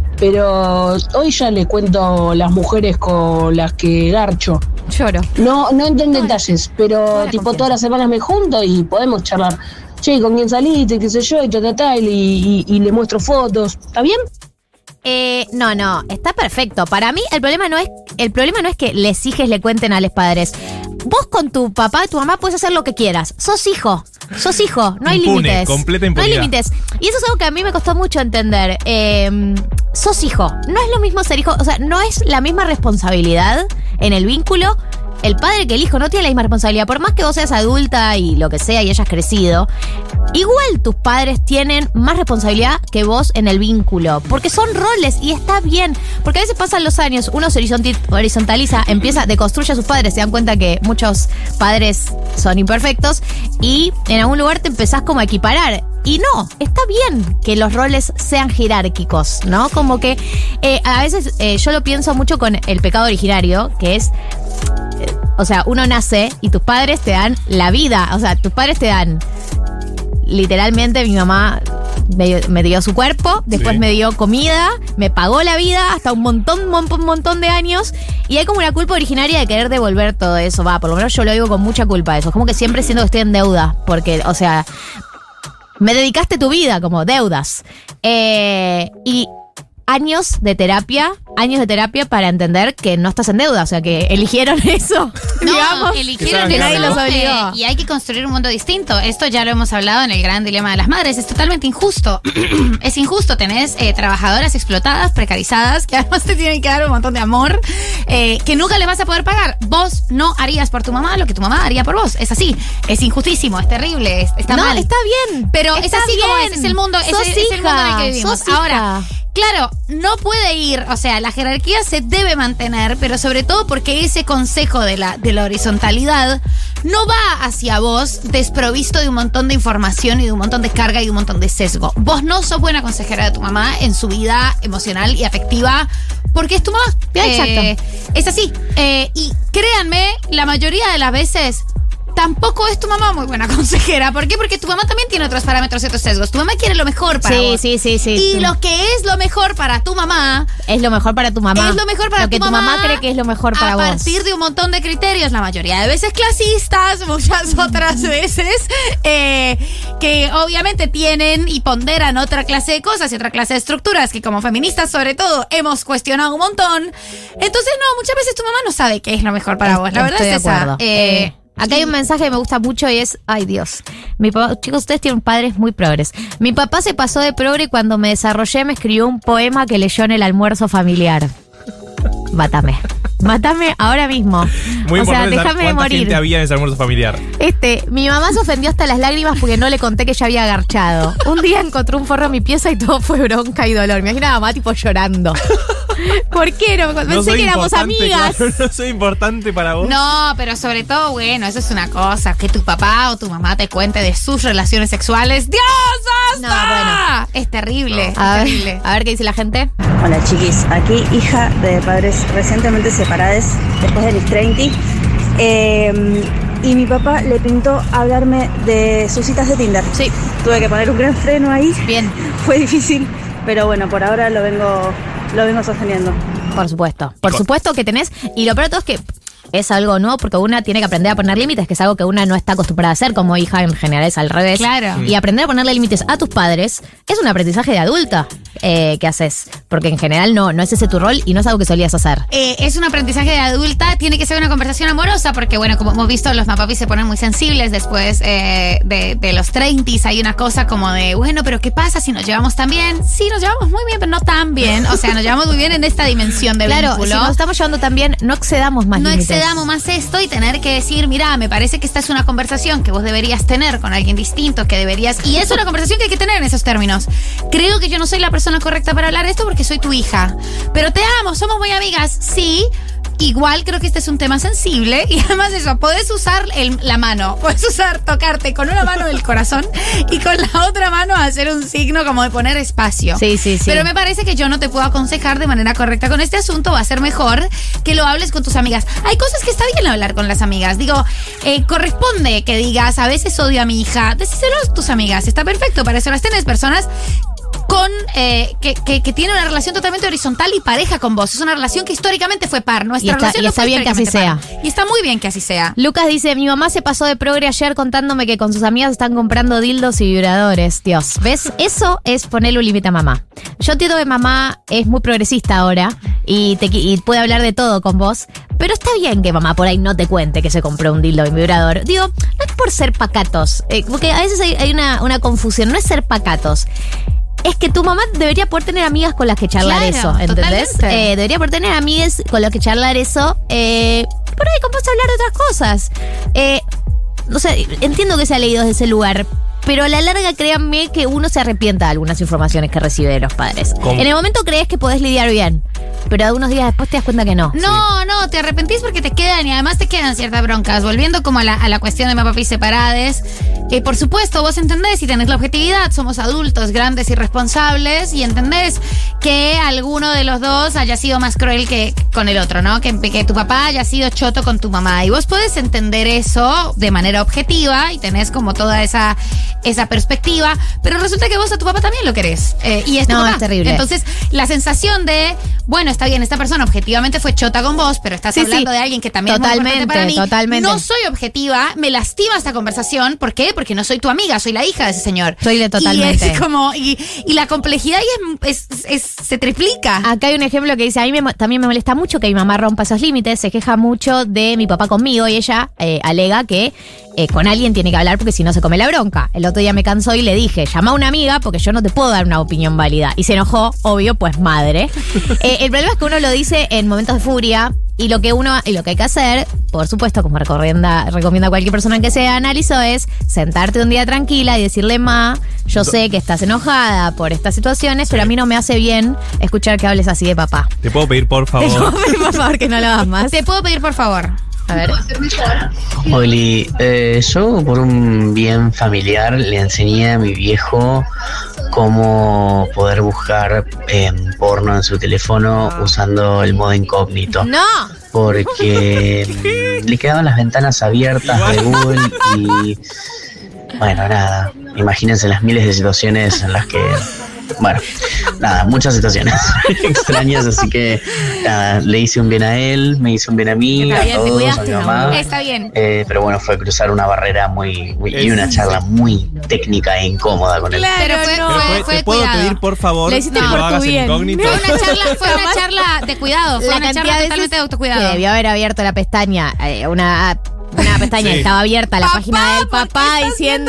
pero hoy ya le cuento las mujeres con las que garcho. Lloro. No entro en detalles, pero tipo todas las semanas me junto y podemos charlar. Che, ¿con quién saliste? ¿Qué sé yo? Y le muestro fotos. ¿Está bien? No, está perfecto. Para mí el problema no es que les hijes le cuenten a los padres. Vos con tu papá y tu mamá puedes hacer lo que quieras. Sos hijo, no hay límites. Completa impunidad. No hay límites. Y eso es algo que a mí me costó mucho entender. Sos hijo. No es lo mismo ser hijo, o sea, no es la misma responsabilidad en el vínculo. El padre que el hijo no tiene la misma responsabilidad. Por más que vos seas adulta y lo que sea y hayas crecido, igual tus padres tienen más responsabilidad que vos en el vínculo. Porque son roles y está bien. Porque a veces pasan los años, uno se horizontaliza, deconstruye a sus padres, se dan cuenta que muchos padres son imperfectos y en algún lugar te empezás como a equiparar. Y no, está bien que los roles sean jerárquicos, ¿no? Como que a veces yo lo pienso mucho con el pecado originario, que es... O sea, uno nace y tus padres te dan la vida. O sea, tus padres te dan... Literalmente mi mamá me dio su cuerpo, después me dio comida, me pagó la vida hasta un montón de años. Y hay como una culpa originaria de querer devolver todo eso. Por lo menos yo lo digo con mucha culpa de eso. Es como que siempre siento que estoy en deuda. Porque, o sea, me dedicaste tu vida como deudas. Y... años de terapia para entender que no estás en deuda, o sea, que eligieron eso. No, digamos, eligieron que nadie los obligó. Y hay que construir un mundo distinto. Esto ya lo hemos hablado en el gran dilema de las madres. Es totalmente injusto. Es injusto. Tenés trabajadoras explotadas, precarizadas, que además te tienen que dar un montón de amor, que nunca les vas a poder pagar. Vos no harías por tu mamá lo que tu mamá haría por vos. Es así. Es injustísimo, es terrible, está mal. No, está bien. Pero está es así bien. como es el mundo, es el mundo en el que vivimos. Ahora, claro, no puede ir, o sea, la jerarquía se debe mantener, pero sobre todo porque ese consejo de la horizontalidad no va hacia vos desprovisto de un montón de información y de un montón de carga y de un montón de sesgo. Vos no sos buena consejera de tu mamá en su vida emocional y afectiva porque es tu mamá. Exacto. Es así. Y créanme, la mayoría de las veces... tampoco es tu mamá muy buena consejera. ¿Por qué? Porque tu mamá también tiene otros parámetros y otros sesgos. Tu mamá quiere lo mejor para vos. Sí. Y lo que es lo mejor para tu mamá... es lo mejor para tu mamá. Es lo mejor para lo que tu mamá cree que es lo mejor para vos. A partir de un montón de criterios, la mayoría de veces clasistas, muchas otras veces, que obviamente tienen y ponderan otra clase de cosas y otra clase de estructuras que como feministas sobre todo hemos cuestionado un montón. Entonces no, muchas veces tu mamá no sabe qué es lo mejor para vos. La verdad es esa. Acá hay un mensaje que me gusta mucho y es, ay Dios, mi papá, chicos, ustedes tienen padres muy progres. Mi papá se pasó de progre y cuando me desarrollé me escribió un poema que leyó en el almuerzo familiar. Mátame ahora mismo. Muy o sea, importante saber déjame cuánta morir. gente había en ese almuerzo familiar. Mi mamá se ofendió hasta las lágrimas porque no le conté que ya había agarchado. Un día encontró un forro en mi pieza y todo fue bronca y dolor. Me imagino a mamá tipo llorando. ¿Por qué? Pensé que éramos amigas. Claro, no soy importante para vos. No, pero sobre todo, bueno, eso es una cosa. Que tu papá o tu mamá te cuente de sus relaciones sexuales. ¡Dios, basta! No, bueno. Es terrible, A ver, terrible. a ver qué dice la gente. Hola chiquis, aquí hija de padres recientemente separados después de mis 30 y mi papá le pintó hablarme de sus citas de Tinder. Sí. Tuve que poner un gran freno ahí. Bien. Fue difícil, pero bueno, por ahora lo vengo sosteniendo. Por supuesto que tenés. Y lo peor de todo es que es algo nuevo porque una tiene que aprender a poner límites, que es algo que una no está acostumbrada a hacer como hija, en general es al revés. Claro. Y aprender a ponerle límites a tus padres es un aprendizaje de adulta que haces, porque en general no es ese tu rol y no es algo que solías hacer. Es un aprendizaje de adulta, tiene que ser una conversación amorosa, porque bueno, como hemos visto, los mapapis se ponen muy sensibles después de los 30s. Hay una cosa como de, bueno, pero ¿qué pasa si nos llevamos tan bien? Sí, nos llevamos muy bien, pero no tan bien. O sea, nos llevamos muy bien en esta dimensión de claro, vínculo. Si nos estamos llevando tan bien, no excedamos más límites. No excedamos más esto y tener que decir, mira, me parece que esta es una conversación que vos deberías tener con alguien distinto, que deberías... Y es una conversación que hay que tener en esos términos. Creo que yo no soy la persona correcta para hablar de esto porque soy tu hija. Pero te amo, somos muy amigas, sí. Igual creo que este es un tema sensible y además eso, podés usar la mano, podés tocarte con una mano del corazón y con la otra mano hacer un signo como de poner espacio. Sí. Pero me parece que yo no te puedo aconsejar de manera correcta con este asunto, va a ser mejor que lo hables con tus amigas. Hay cosas que está bien hablar con las amigas, digo, corresponde que digas, a veces odio a mi hija, decíselo a tus amigas, está perfecto, para eso las tenés, personas con que tiene una relación totalmente horizontal y pareja con vos. Es una relación que históricamente fue par. Nuestra relación no está fue bien que así sea. Y está muy bien que así sea. Lucas dice, mi mamá se pasó de progre ayer contándome que con sus amigas están comprando dildos y vibradores. Dios, ¿ves? Eso es ponerle un límite a mamá. Yo entiendo que mamá es muy progresista ahora y puede hablar de todo con vos, pero está bien que mamá por ahí no te cuente que se compró un dildo y un vibrador. Digo, no es por ser pacatos, porque a veces hay una confusión. No es ser pacatos. Es que tu mamá debería poder tener amigas con las que charlar eso, ¿entendés? Debería poder tener amigas con las que charlar eso. Por ahí, ¿cómo vas a hablar de otras cosas? No sé, entiendo que se ha leído desde ese lugar, pero a la larga créanme que uno se arrepienta de algunas informaciones que recibe de los padres. ¿Cómo? En el momento crees que podés lidiar bien, pero algunos días después te das cuenta que no. No, te arrepentís porque te quedan y además te quedan ciertas broncas. Volviendo como a la cuestión de papis separades, por supuesto, vos entendés y tenés la objetividad, somos adultos, grandes y responsables, y entendés que alguno de los dos haya sido más cruel que con el otro, ¿no? Que tu papá haya sido choto con tu mamá. Y vos podés entender eso de manera objetiva y tenés como toda esa perspectiva, pero resulta que vos a tu papá también lo querés. Y es tu papá. Es terrible. Entonces, la sensación de, bueno, está bien, esta persona objetivamente fue chota con vos, pero estás hablando de alguien que también es muy importante para mí. Totalmente. No soy objetiva, me lastima esta conversación. ¿Por qué? Porque no soy tu amiga, soy la hija de ese señor. Totalmente. Y es como, y la complejidad ahí se triplica. Acá hay un ejemplo que dice, a mí también me molesta mucho que mi mamá rompa esos límites, se queja mucho de mi papá conmigo y ella alega que con alguien tiene que hablar porque si no se come la bronca. El otro día me cansó y le dije, llama a una amiga porque yo no te puedo dar una opinión válida. Y se enojó, obvio, pues madre. El problema es que uno lo dice en momentos de furia y lo que hay que hacer, por supuesto, como recomienda cualquier persona que se analizó, es sentarte un día tranquila y decirle, ma, yo sé que estás enojada por estas situaciones, pero a mí no me hace bien escuchar que hables así de papá. Te puedo pedir, por favor. Te puedo pedir, por favor, que no lo hagas más. Te puedo pedir, por favor. A ver. Oli, yo por un bien familiar le enseñé a mi viejo cómo poder buscar porno en su teléfono usando el modo incógnito. ¡No! Porque le quedaban las ventanas abiertas de Google y bueno, nada, imagínense las miles de situaciones en las que... Bueno, nada, muchas situaciones extrañas, así que nada, le hice un bien a él, me hice un bien a mí, a todos, a mi mamá. Está bien. Pero bueno, fue cruzar una barrera y una charla muy técnica e incómoda con él. Claro, pero fue ¿te puedo cuidado. pedir, por favor, Le que hiciste lo por tu hagas en bien. incógnito? Fue una charla de cuidado, fue una charla totalmente de autocuidado. Que debió haber abierto la pestaña, una una pestaña que estaba abierta, la página del papá diciendo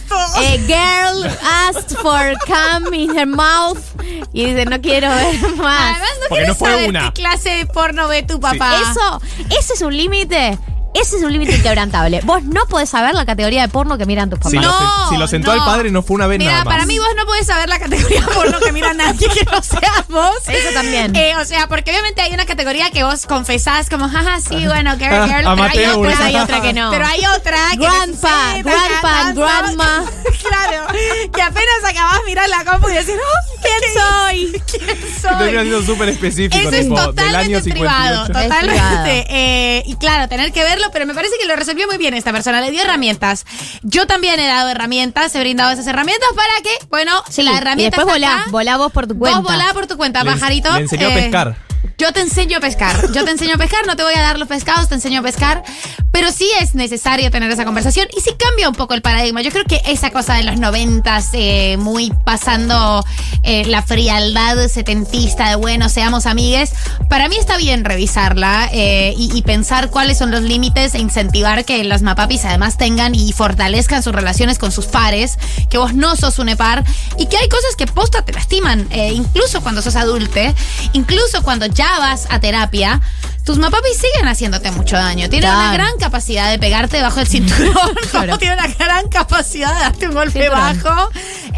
girl asked for cum in her mouth y dice no quiero ver más. Además no quieres saber qué clase de porno ve tu papá. Ese es un límite. Ese es un límite inquebrantable. Vos no podés saber la categoría de porno que miran tus papás. Si lo sentó al padre, no fue una vez nada más. Para mí vos no podés saber la categoría de porno que mira nadie que no sea vos. Eso también. O sea, porque obviamente hay una categoria que vos confesás como, jaja, sí, bueno, girl, pero hay otra que no. Pero hay otra que grandpa, grandma. Claro, que apenas acabás de mirar la compu y decir, ¿quién soy? Termina siendo súper específico. Eso tipo, es totalmente del año 58. privado, totalmente. Y claro, tener que verlo, pero me parece que lo resolvió muy bien esta persona. Le dio herramientas. Yo también he dado herramientas, he brindado esas herramientas para que, bueno, si la herramienta y después volá vos por tu cuenta. Vos volá por tu cuenta, pajarito. Le enseñó a pescar. Yo te enseño a pescar. No te voy a dar los pescados, te enseño a pescar. Pero sí es necesario tener esa conversación y sí cambia un poco el paradigma. Yo creo que esa cosa de los 90s, muy pasando la frialdad setentista de bueno, seamos amigues, para mí está bien revisarla y pensar cuáles son los límites e incentivar que las mapapis además tengan y fortalezcan sus relaciones con sus pares, que vos no sos un par y que hay cosas que posta te lastiman, incluso cuando sos adulte, incluso cuando ya vas a terapia, tus mapapis siguen haciéndote mucho daño. Tienen una gran capacidad de pegarte bajo el cinturón. Tienen una gran capacidad de darte un golpe bajo.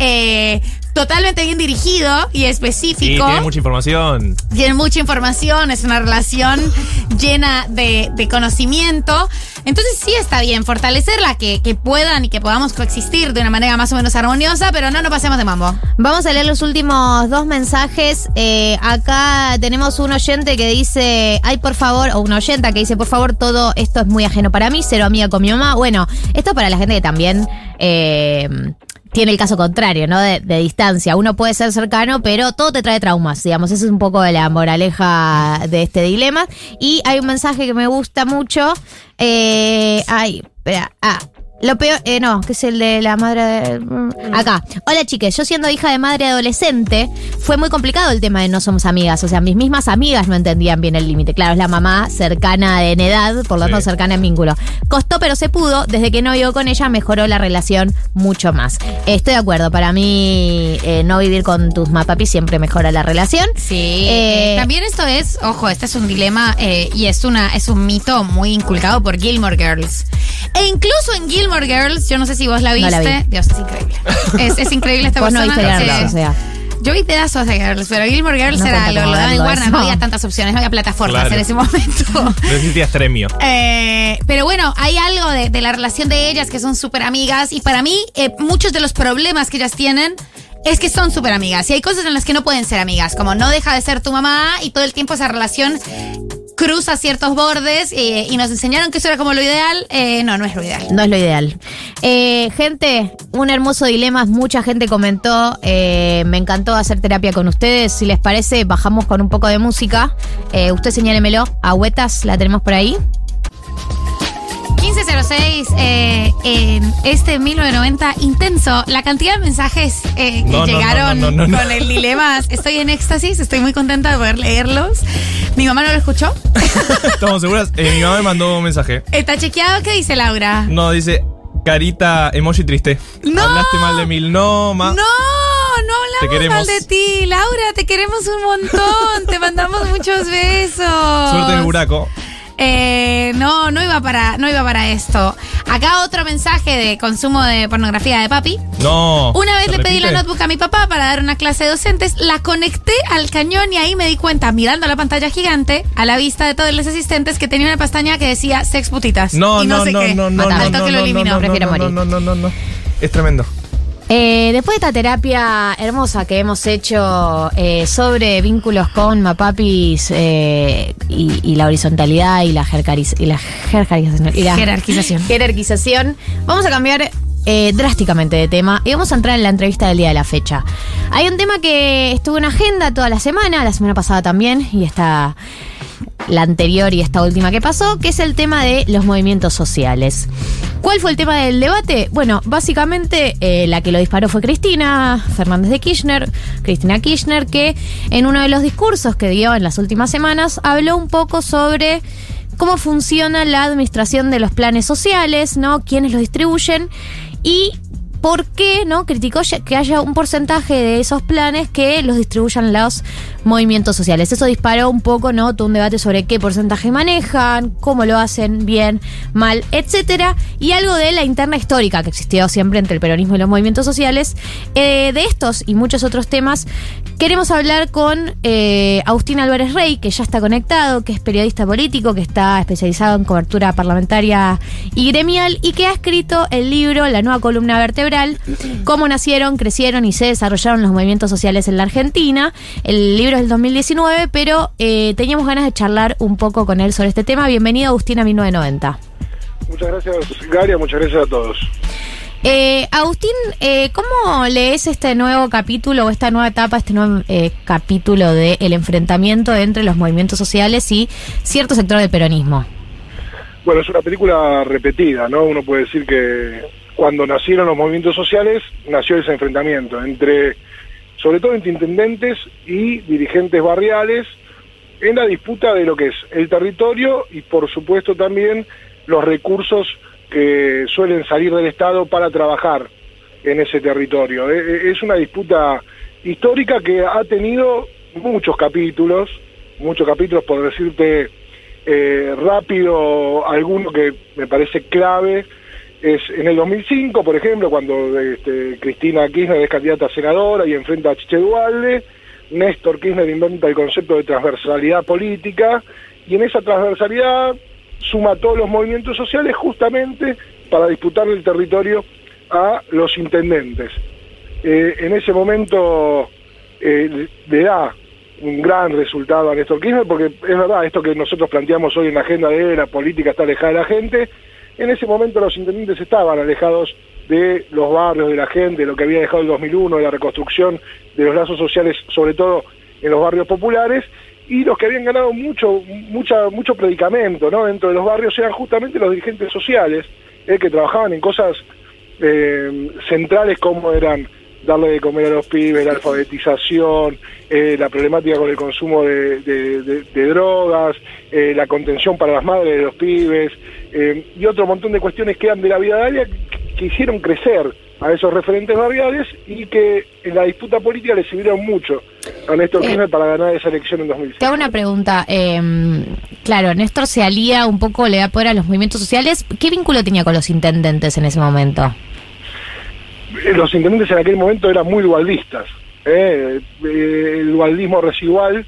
Totalmente bien dirigido y específico. Sí, tiene mucha información. Tiene mucha información, es una relación llena de conocimiento. Entonces sí está bien fortalecerla, que puedan y que podamos coexistir de una manera más o menos armoniosa, pero no pasemos de mambo. Vamos a leer los últimos 2 mensajes. Acá tenemos un oyente que dice, ay, por favor, o una oyenta que dice, por favor, todo esto es muy ajeno para mí, cero amiga con mi mamá. Bueno, esto es para la gente que también tiene el caso contrario, ¿no? De distancia. Uno puede ser cercano, pero todo te trae traumas, digamos. Esa es un poco de la moraleja de este dilema. Y hay un mensaje que me gusta mucho. Lo peor, que es el de la madre acá. Hola chiques, yo siendo hija de madre adolescente, fue muy complicado el tema de no somos amigas. O sea, mis mismas amigas no entendían bien el límite. Claro, es la mamá cercana en edad, por lo tanto cercana en vínculo. Costó, pero se pudo. Desde que no vivo con ella, mejoró la relación mucho más. Estoy de acuerdo. Para mí, no vivir con tus mapapis siempre mejora la relación. Sí. También esto es, ojo, este es un dilema y es un mito muy inculcado por Gilmore Girls. E incluso en Gilmore Girls, yo no sé si vos la viste. No la vi. Dios, es increíble. Es increíble esta persona. Vos no viste Girls, o sea. Yo vi pedazos de Girls, pero Gilmore Girls No era lo daban en Warner, eso. no había tantas opciones, no había plataformas en ese momento. Necesitas Stremio. Pero bueno, hay algo de la relación de ellas que son súper amigas y para mí muchos de los problemas que ellas tienen es que son súper amigas y hay cosas en las que no pueden ser amigas, como no deja de ser tu mamá y todo el tiempo esa relación cruza ciertos bordes y nos enseñaron que eso era como lo ideal. No es lo ideal. No es lo ideal. Gente, un hermoso dilema. Mucha gente comentó. Me encantó hacer terapia con ustedes. Si les parece, bajamos con un poco de música. Usted señálemelo. Agüetas, la tenemos por ahí. 1506, este 1990 intenso. La cantidad de mensajes que llegaron con el dilema. Estoy en éxtasis, estoy muy contenta de poder leerlos. Mi mamá no lo escuchó. ¿Estamos seguras? Mi mamá me mandó un mensaje. ¿Está chequeado? ¿Qué dice Laura? No, dice carita emoji triste. No. Hablaste mal de mí. No hablamos mal de ti. Laura, te queremos un montón. Te mandamos muchos besos. Suerte en el buraco. No iba para esto. Acá otro mensaje de consumo de pornografía de papi. No. Una vez le pedí la notebook a mi papá para dar una clase de docentes, la conecté al cañón y ahí me di cuenta, mirando la pantalla gigante, a la vista de todos los asistentes, que tenía una pestaña que decía sex putitas. No. Al toque lo eliminó. Prefiero morir. No. Es tremendo. Después de esta terapia hermosa que hemos hecho sobre vínculos con mapapis y la horizontalidad y la jerarquización, vamos a cambiar drásticamente de tema y vamos a entrar en la entrevista del día de la fecha. Hay un tema que estuvo en agenda toda la semana pasada también, y está la anterior y esta última que pasó, que es el tema de los movimientos sociales. ¿Cuál fue el tema del debate? Bueno, básicamente la que lo disparó fue Cristina Fernández de Kirchner, Cristina Kirchner, que en uno de los discursos que dio en las últimas semanas habló un poco sobre cómo funciona la administración de los planes sociales, ¿no? Quiénes los distribuyen y por qué, ¿no? Criticó que haya un porcentaje de esos planes que los distribuyan los movimientos sociales. Eso disparó un poco, ¿no? Todo un debate sobre qué porcentaje manejan, cómo lo hacen, bien, mal, etcétera. Y algo de la interna histórica que existió siempre entre el peronismo y los movimientos sociales. De estos y muchos otros temas queremos hablar con Agustín Álvarez Rey, que ya está conectado, que es periodista político, que está especializado en cobertura parlamentaria y gremial y que ha escrito el libro La nueva columna vertebral, cómo nacieron, crecieron y se desarrollaron los movimientos sociales en la Argentina. El libro es del 2019, pero teníamos ganas de charlar un poco con él sobre este tema. Bienvenido, Agustín, a 1990. Muchas gracias, Galia, muchas gracias a todos. Agustín, ¿cómo lees este nuevo capítulo o esta nueva etapa, este nuevo capítulo del enfrentamiento entre los movimientos sociales y cierto sector del peronismo? Bueno, es una película repetida, ¿no? Uno puede decir que cuando nacieron los movimientos sociales, nació ese enfrentamiento sobre todo entre intendentes y dirigentes barriales, en la disputa de lo que es el territorio y por supuesto también los recursos que suelen salir del Estado para trabajar en ese territorio. Es una disputa histórica que ha tenido muchos capítulos, por decirte rápido alguno que me parece clave. Es en el 2005, por ejemplo, cuando Cristina Kirchner es candidata a senadora y enfrenta a Chiche Duhalde, Néstor Kirchner inventa el concepto de transversalidad política y en esa transversalidad suma a todos los movimientos sociales justamente para disputarle el territorio a los intendentes. En ese momento le da un gran resultado a Néstor Kirchner porque es verdad, esto que nosotros planteamos hoy en la agenda de la política está alejada de la gente. En ese momento los intendentes estaban alejados de los barrios, de la gente, de lo que había dejado el 2001, de la reconstrucción de los lazos sociales, sobre todo en los barrios populares, y los que habían ganado mucho predicamento, ¿no? Dentro de los barrios eran justamente los dirigentes sociales, que trabajaban en cosas centrales como eran darle de comer a los pibes, la alfabetización, la problemática con el consumo de drogas, la contención para las madres de los pibes, y otro montón de cuestiones que eran de la vida diaria que hicieron crecer a esos referentes barriales y que en la disputa política le sirvieron mucho a Néstor Kirchner para ganar esa elección en 2006. Te hago una pregunta. Claro, Néstor se alía un poco, le da poder a los movimientos sociales. ¿Qué vínculo tenía con los intendentes en ese momento? Los intendentes en aquel momento eran muy dualdistas. El dualdismo residual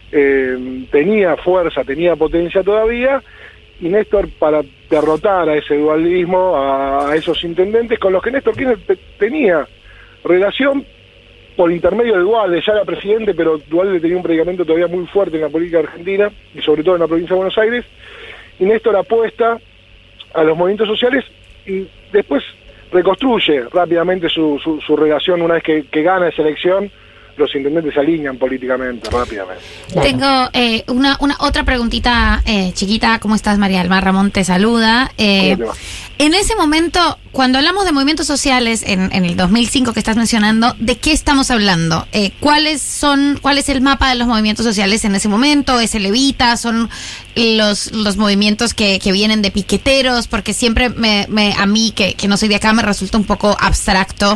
tenía fuerza, tenía potencia todavía, y Néstor, para derrotar a ese dualdismo, a esos intendentes, con los que Néstor Kirchner tenía relación por intermedio de Duhalde, ya era presidente, pero Duhalde tenía un predicamento todavía muy fuerte en la política argentina, y sobre todo en la provincia de Buenos Aires, y Néstor apuesta a los movimientos sociales, y después reconstruye rápidamente su relación una vez que gana esa elección. Los intendentes se alinean políticamente rápidamente. Tengo una otra preguntita chiquita. ¿Cómo estás, María del Mar? Ramón te saluda. ¿Cómo te va? En ese momento, cuando hablamos de movimientos sociales en el 2005 que estás mencionando, ¿de qué estamos hablando? ¿Cuál es el mapa de los movimientos sociales en ese momento? ¿Es el Evita? ¿Son los movimientos que vienen de piqueteros? Porque siempre a mí, que no soy de acá, me resulta un poco abstracto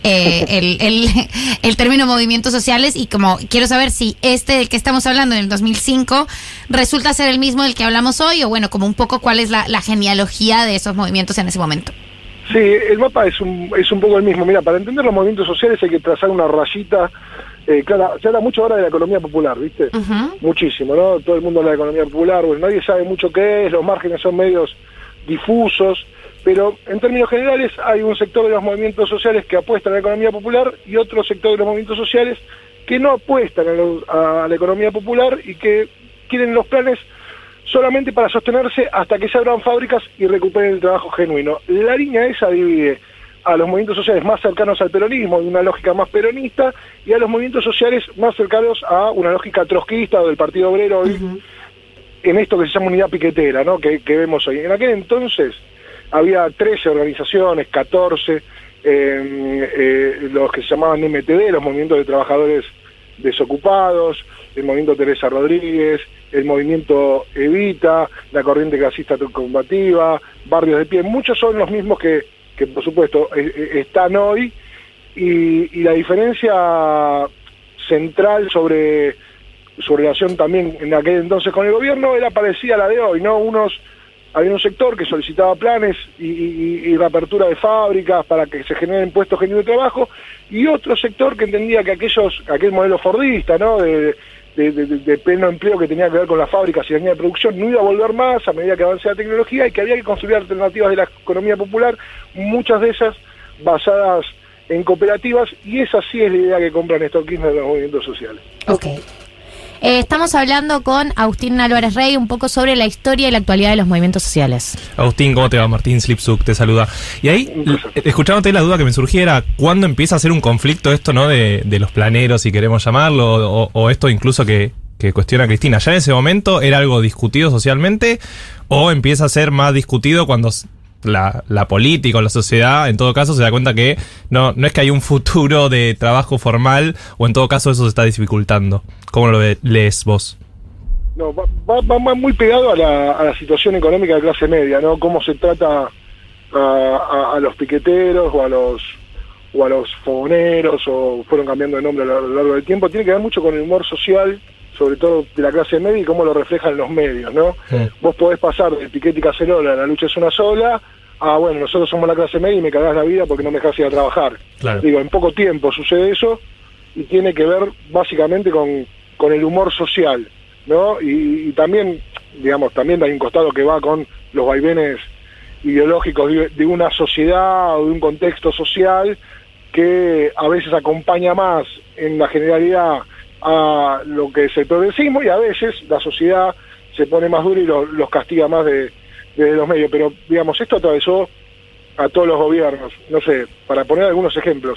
el término movimientos sociales, y como quiero saber si del que estamos hablando en el 2005 resulta ser el mismo del que hablamos hoy, o bueno, como un poco cuál es la genealogía de esos movimientos en ese momento. Sí, el mapa es un poco el mismo. Mira, para entender los movimientos sociales hay que trazar una rayita. Claro, se habla mucho ahora de la economía popular, ¿viste? Uh-huh. Muchísimo, ¿no? Todo el mundo habla de economía popular, bueno, nadie sabe mucho qué es, los márgenes son medios difusos, pero en términos generales hay un sector de los movimientos sociales que apuestan a la economía popular y otro sector de los movimientos sociales que no apuestan a la economía popular y que quieren los planes solamente para sostenerse hasta que se abran fábricas y recuperen el trabajo genuino. La línea esa divide a los movimientos sociales más cercanos al peronismo, de una lógica más peronista, y a los movimientos sociales más cercanos a una lógica trotskista o del Partido Obrero hoy, uh-huh, en esto que se llama unidad piquetera, ¿no? que vemos hoy. En aquel entonces había 13 organizaciones, 14, los que se llamaban MTD, los movimientos de trabajadores desocupados, el movimiento Teresa Rodríguez, el movimiento Evita, la corriente clasista combativa, Barrios de Pie, muchos son los mismos que por supuesto están hoy, y la diferencia central sobre su relación también en aquel entonces con el gobierno era parecida a la de hoy, ¿no? Había un sector que solicitaba planes y reapertura de fábricas para que se generen puestos genuinos de trabajo, y otro sector que entendía que aquel modelo fordista, ¿no? De pleno empleo que tenía que ver con las fábricas y la línea de producción no iba a volver más a medida que avance la tecnología, y que había que construir alternativas de la economía popular, muchas de esas basadas en cooperativas, y esa sí es la idea que compra Néstor Kirchner de los movimientos sociales. Ok. Estamos hablando con Agustín Álvarez Rey un poco sobre la historia y la actualidad de los movimientos sociales. Agustín, ¿cómo te va? Martín Slipsuk te saluda. Y ahí, escuchándote, la duda que me surgía era ¿cuándo empieza a ser un conflicto esto, ¿no? de los planeros, si queremos llamarlo, o esto incluso que cuestiona Cristina? ¿Ya en ese momento era algo discutido socialmente, o empieza a ser más discutido cuando la política o la sociedad, en todo caso, se da cuenta que no es que hay un futuro de trabajo formal, o en todo caso eso se está dificultando? ¿Cómo lo lees vos? No, va muy pegado a la situación económica de clase media, ¿no? Cómo se trata a los piqueteros o a los fogoneros, o fueron cambiando de nombre a lo largo del tiempo. Tiene que ver mucho con el humor social, sobre todo de la clase media, y cómo lo reflejan los medios, ¿no? Sí. Vos podés pasar del piquete y cacerola, la lucha es una sola, bueno, nosotros somos la clase media y me cagás la vida porque no me dejás ir a trabajar. Claro. Digo, en poco tiempo sucede eso, y tiene que ver básicamente con el humor social, ¿no? Y también, digamos, también hay un costado que va con los vaivenes ideológicos de una sociedad o de un contexto social que a veces acompaña más en la generalidad a lo que es el progresismo, y a veces la sociedad se pone más dura y los castiga más desde los medios. Pero, digamos, esto atravesó a todos los gobiernos. No sé, para poner algunos ejemplos.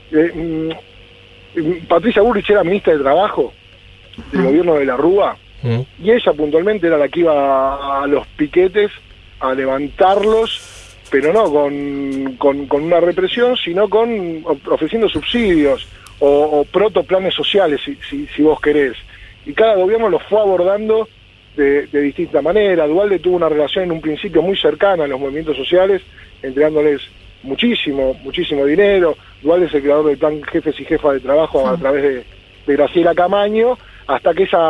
Patricia Bullrich era ministra de Trabajo del gobierno de la Rúa, y ella puntualmente era la que iba a los piquetes a levantarlos, pero no con una represión, sino ofreciendo subsidios o protoplanes sociales, si vos querés. Y cada gobierno los fue abordando de distinta manera. Duhalde tuvo una relación en un principio muy cercana a los movimientos sociales, entregándoles muchísimo dinero. Duhalde es el creador del plan Jefes y Jefas de Trabajo a través de Graciela Camaño, hasta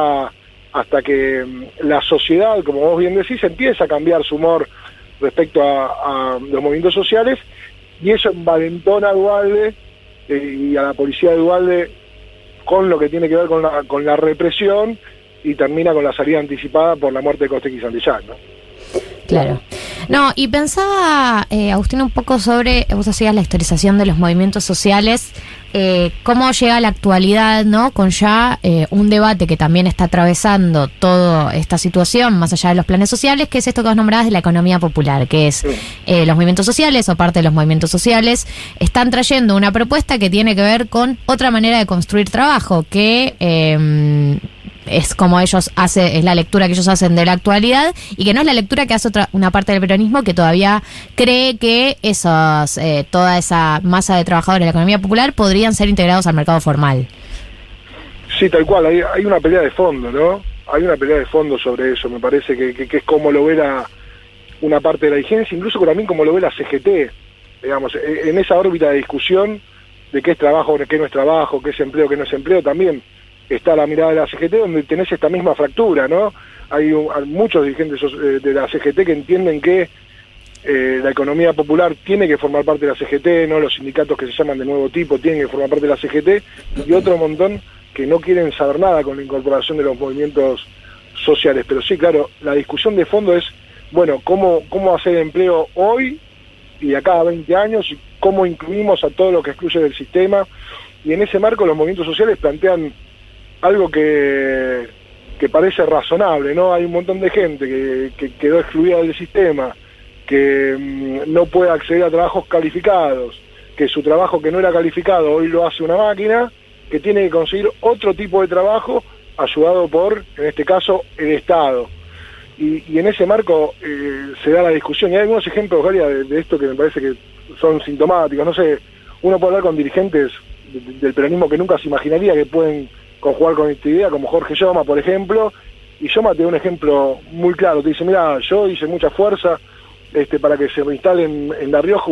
que la sociedad, como vos bien decís, empieza a cambiar su humor respecto a los movimientos sociales, y eso envalentona a Duhalde y a la policía de Duhalde con lo que tiene que ver con la represión, y termina con la salida anticipada por la muerte de Costequi y Santillán, ¿no? Claro. No, y pensaba, Agustín, un poco sobre, vos hacías la historización de los movimientos sociales, cómo llega a la actualidad, ¿no? Con ya un debate que también está atravesando toda esta situación, más allá de los planes sociales, que es esto que vos nombrabas de la economía popular, que es los movimientos sociales, o parte de los movimientos sociales, están trayendo una propuesta que tiene que ver con otra manera de construir trabajo, que es como es la lectura que ellos hacen de la actualidad, y que no es la lectura que hace una parte del peronismo, que todavía cree que toda esa masa de trabajadores de la economía popular podrían ser integrados al mercado formal. Sí, tal cual, hay una pelea de fondo, ¿no? Hay una pelea de fondo sobre eso. Me parece que es como lo ve una parte de la dirigencia, incluso también como lo ve la CGT, digamos, en esa órbita de discusión de qué es trabajo, qué no es trabajo, qué es empleo, qué no es empleo. También está la mirada de la CGT, donde tenés esta misma fractura, ¿no? Hay muchos dirigentes de la CGT que entienden que la economía popular tiene que formar parte de la CGT, ¿no? Los sindicatos que se llaman de nuevo tipo tienen que formar parte de la CGT, y otro montón que no quieren saber nada con la incorporación de los movimientos sociales. Pero sí, claro, la discusión de fondo es, bueno, cómo hacer empleo hoy y de acá a 20 años, y cómo incluimos a todo lo que excluye del sistema. Y en ese marco los movimientos sociales plantean algo que parece razonable, ¿no? Hay un montón de gente que quedó excluida del sistema, que no puede acceder a trabajos calificados, que su trabajo que no era calificado hoy lo hace una máquina, que tiene que conseguir otro tipo de trabajo ayudado por, en este caso, el Estado. Y en ese marco se da la discusión. Y hay algunos ejemplos, Galia, de esto que me parece que son sintomáticos. No sé, uno puede hablar con dirigentes del peronismo que nunca se imaginaría que pueden jugar con esta idea, como Jorge Yoma, por ejemplo, y Yoma te da un ejemplo muy claro, te dice, mira, yo hice mucha fuerza para que se reinstale en La Rioja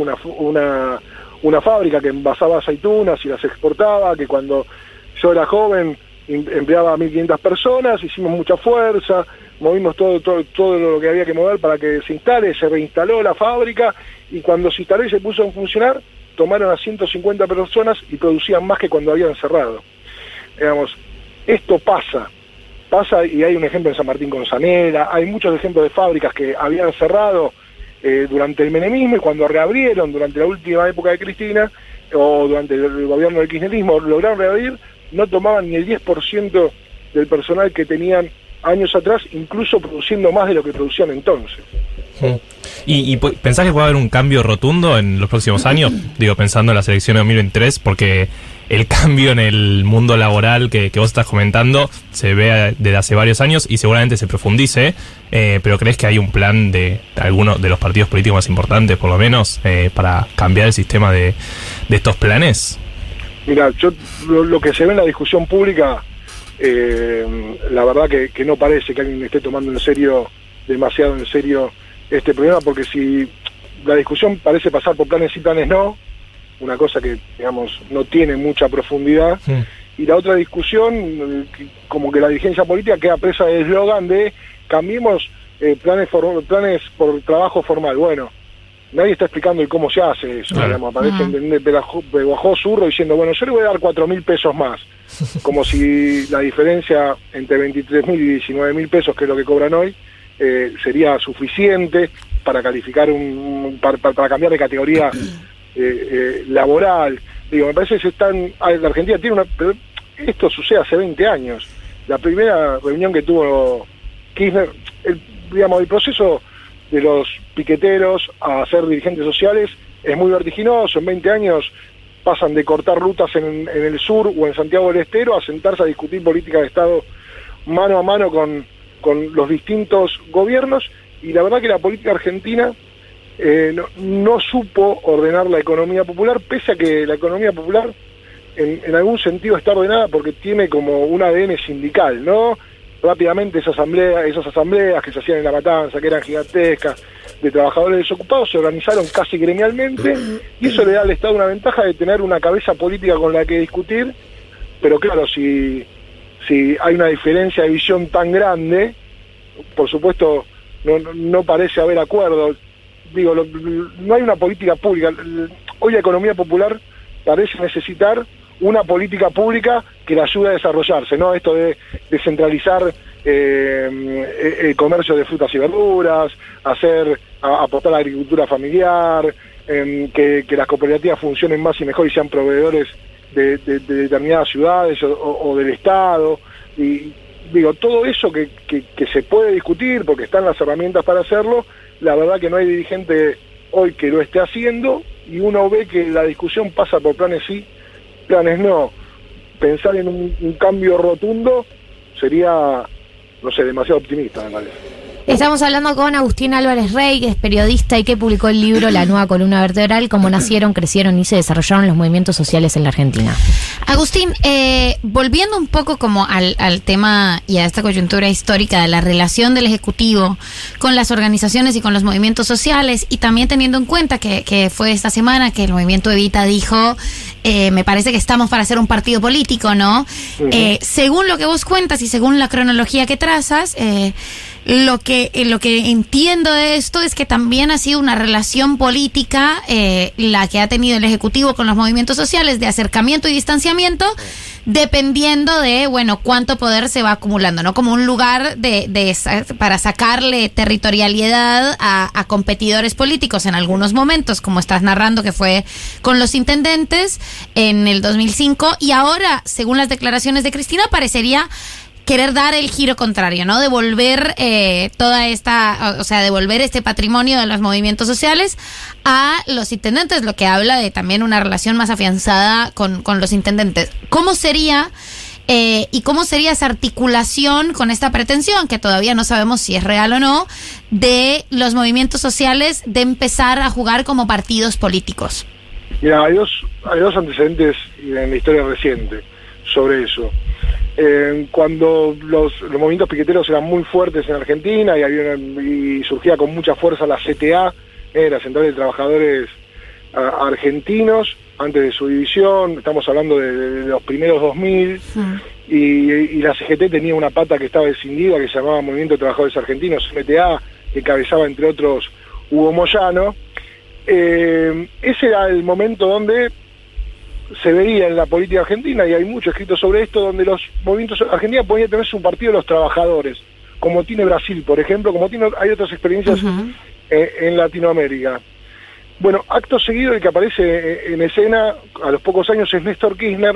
una fábrica que envasaba aceitunas y las exportaba, que cuando yo era joven empleaba a 1.500 personas, hicimos mucha fuerza, movimos todo lo que había que mover para que se instale, se reinstaló la fábrica, y cuando se instaló y se puso a funcionar, tomaron a 150 personas y producían más que cuando habían cerrado. Digamos, esto pasa, y hay un ejemplo en San Martín con Zanela, hay muchos ejemplos de fábricas que habían cerrado durante el menemismo, y cuando reabrieron durante la última época de Cristina, o durante el gobierno del kirchnerismo, lograron reabrir, no tomaban ni el 10% del personal que tenían años atrás, incluso produciendo más de lo que producían entonces. ¿Y pensás que puede haber un cambio rotundo en los próximos años? Digo, pensando en las elecciones de 2023, porque el cambio en el mundo laboral que vos estás comentando se ve desde hace varios años y seguramente se profundice, pero ¿crees que hay un plan de alguno de los partidos políticos más importantes, por lo menos, para cambiar el sistema de estos planes? Mira, lo que se ve en la discusión pública, la verdad que no parece que alguien esté tomando demasiado en serio este problema, porque si la discusión parece pasar por planes sí, planes no, una cosa que, digamos, no tiene mucha profundidad, y la otra discusión, como que la dirigencia política queda presa del eslogan de cambiemos planes por trabajo formal. Bueno, nadie está explicando el cómo se hace eso, claro. Digamos, aparecen de Guajó Zurro diciendo, bueno, yo le voy a dar 4.000 pesos más, como si la diferencia entre 23.000 y 19.000 pesos, que es lo que cobran hoy, sería suficiente para calificar para cambiar de categoría laboral. Digo, me parece que la Argentina tiene pero esto sucede hace 20 años. La primera reunión que tuvo Kirchner, el proceso de los piqueteros a ser dirigentes sociales es muy vertiginoso. En 20 años pasan de cortar rutas en el sur o en Santiago del Estero a sentarse a discutir política de Estado mano a mano con los distintos gobiernos, y la verdad que la política argentina no supo ordenar la economía popular, pese a que la economía popular en algún sentido está ordenada porque tiene como un ADN sindical, ¿no? Rápidamente esas asambleas que se hacían en La Matanza, que eran gigantescas, de trabajadores desocupados, se organizaron casi gremialmente, y eso le da al Estado una ventaja de tener una cabeza política con la que discutir. Pero claro, si hay una diferencia de visión tan grande, por supuesto no parece haber acuerdo. Digo, no hay una política pública. Hoy la economía popular parece necesitar una política pública que la ayude a desarrollarse, ¿no? Esto de descentralizar el comercio de frutas y verduras, aportar a la agricultura familiar, que las cooperativas funcionen más y mejor y sean proveedores de determinadas ciudades o del Estado. Y digo, todo eso que se puede discutir porque están las herramientas para hacerlo, la verdad que no hay dirigente hoy que lo esté haciendo, y uno ve que la discusión pasa por planes sí, planes no. Pensar en un cambio rotundo sería, no sé, demasiado optimista, me parece. Estamos hablando con Agustín Álvarez Rey, que es periodista y que publicó el libro La nueva columna vertebral, cómo nacieron, crecieron y se desarrollaron los movimientos sociales en la Argentina. Agustín, volviendo un poco como al tema y a esta coyuntura histórica de la relación del Ejecutivo con las organizaciones y con los movimientos sociales, y también teniendo en cuenta que fue esta semana que el movimiento Evita dijo, me parece que estamos para hacer un partido político, ¿no? Uh-huh. Según lo que vos cuentas y según la cronología que trazas, lo que entiendo de esto es que también ha sido una relación política la que ha tenido el Ejecutivo con los movimientos sociales, de acercamiento y distanciamiento, dependiendo de, bueno, cuánto poder se va acumulando, ¿no? Como un lugar para sacarle territorialidad a competidores políticos en algunos momentos, como estás narrando que fue con los intendentes en el 2005, y ahora, según las declaraciones de Cristina, parecería querer dar el giro contrario, ¿no? Devolver devolver este patrimonio de los movimientos sociales a los intendentes, lo que habla de también una relación más afianzada con los intendentes. ¿Cómo sería esa articulación con esta pretensión, que todavía no sabemos si es real o no, de los movimientos sociales de empezar a jugar como partidos políticos? Mira, hay dos antecedentes en la historia reciente sobre eso. Cuando los movimientos piqueteros eran muy fuertes en Argentina y surgía con mucha fuerza la CTA, la Central de Trabajadores Argentinos, antes de su división, estamos hablando de los primeros 2000, y la CGT tenía una pata que estaba escindida que se llamaba Movimiento de Trabajadores Argentinos, MTA, que encabezaba entre otros Hugo Moyano. Ese era el momento donde se veía en la política argentina, y hay mucho escrito sobre esto, donde los movimientos argentinos podían tener su partido de los trabajadores, como tiene Brasil, por ejemplo, hay otras experiencias en Latinoamérica. Bueno, acto seguido el que aparece en escena a los pocos años es Néstor Kirchner,